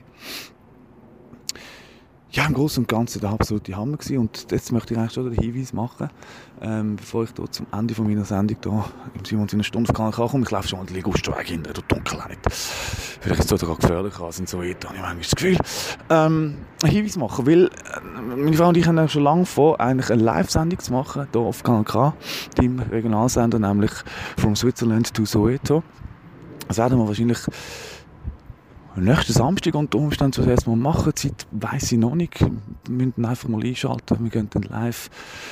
Ja, im Großen und Ganzen der absolute Hammer gewesen. Und jetzt möchte ich eigentlich schon den Hinweis machen, bevor ich hier zum Ende von meiner Sendung hier im Simon in einer Stunde auf Kanal K komme. Ich laufe schon mal den Ligusterweg hinter der Dunkelheit. Vielleicht ist es sogar gefährlicher als in Soweto, habe ich manchmal das Gefühl. Einen Hinweis machen, weil meine Frau und ich haben schon lange vor, eigentlich eine Live-Sendung zu machen, hier auf Kanal K, dem Regionalsender, nämlich From Switzerland to Soweto. Das werden wir wahrscheinlich nächsten Samstag unter Umständen zuerst mal machen. Die Zeit weiss ich noch nicht. Wir müssen einfach mal einschalten. Wir gehen dann live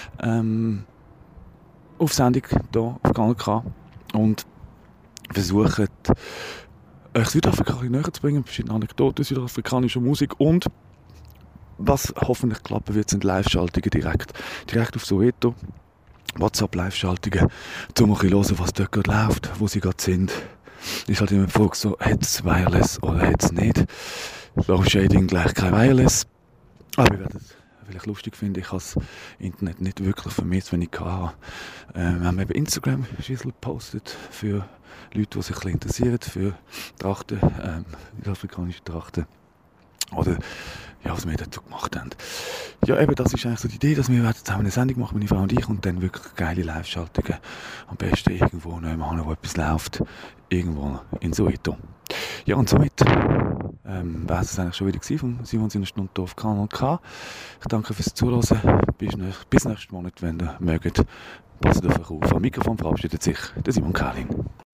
auf Sendung hier auf Kanal K und versuchen, euch Südafrika näher zu bringen, verschiedene Anekdoten, südafrikanische Musik und was hoffentlich klappen wird, sind Live-Schaltungen direkt auf Soweto. WhatsApp-Live-Schaltungen, um ein bisschen zu hören, was dort gerade läuft, wo sie gerade sind. Ist halt immer die Frage so, hat es Wireless oder hat es nicht? Low Shading gleich kein Wireless. Aber ich werde es vielleicht lustig finden. Ich habe das Internet nicht wirklich vermisst, wenn ich hatte. Wir haben eben Instagram-Schüssel gepostet für Leute, die sich ein bisschen interessieren für Trachten, südafrikanische Trachten. Oder ja, was wir dazu gemacht haben. Ja, eben, das ist eigentlich so die Idee, dass wir zusammen eine Sendung machen, meine Frau und ich, und dann wirklich geile Live-Schaltungen. Am besten irgendwo nebenan, wo etwas läuft. Irgendwo in Soweto. Ja, und somit war es eigentlich schon wieder vom Simon in einer Stunde hier auf Kanal K. Ich danke fürs Zuhören. Bis nächsten Monat, wenn ihr mögt. Passt auf euch auf. Am Mikrofon verabschiedet sich der Simon Kalin.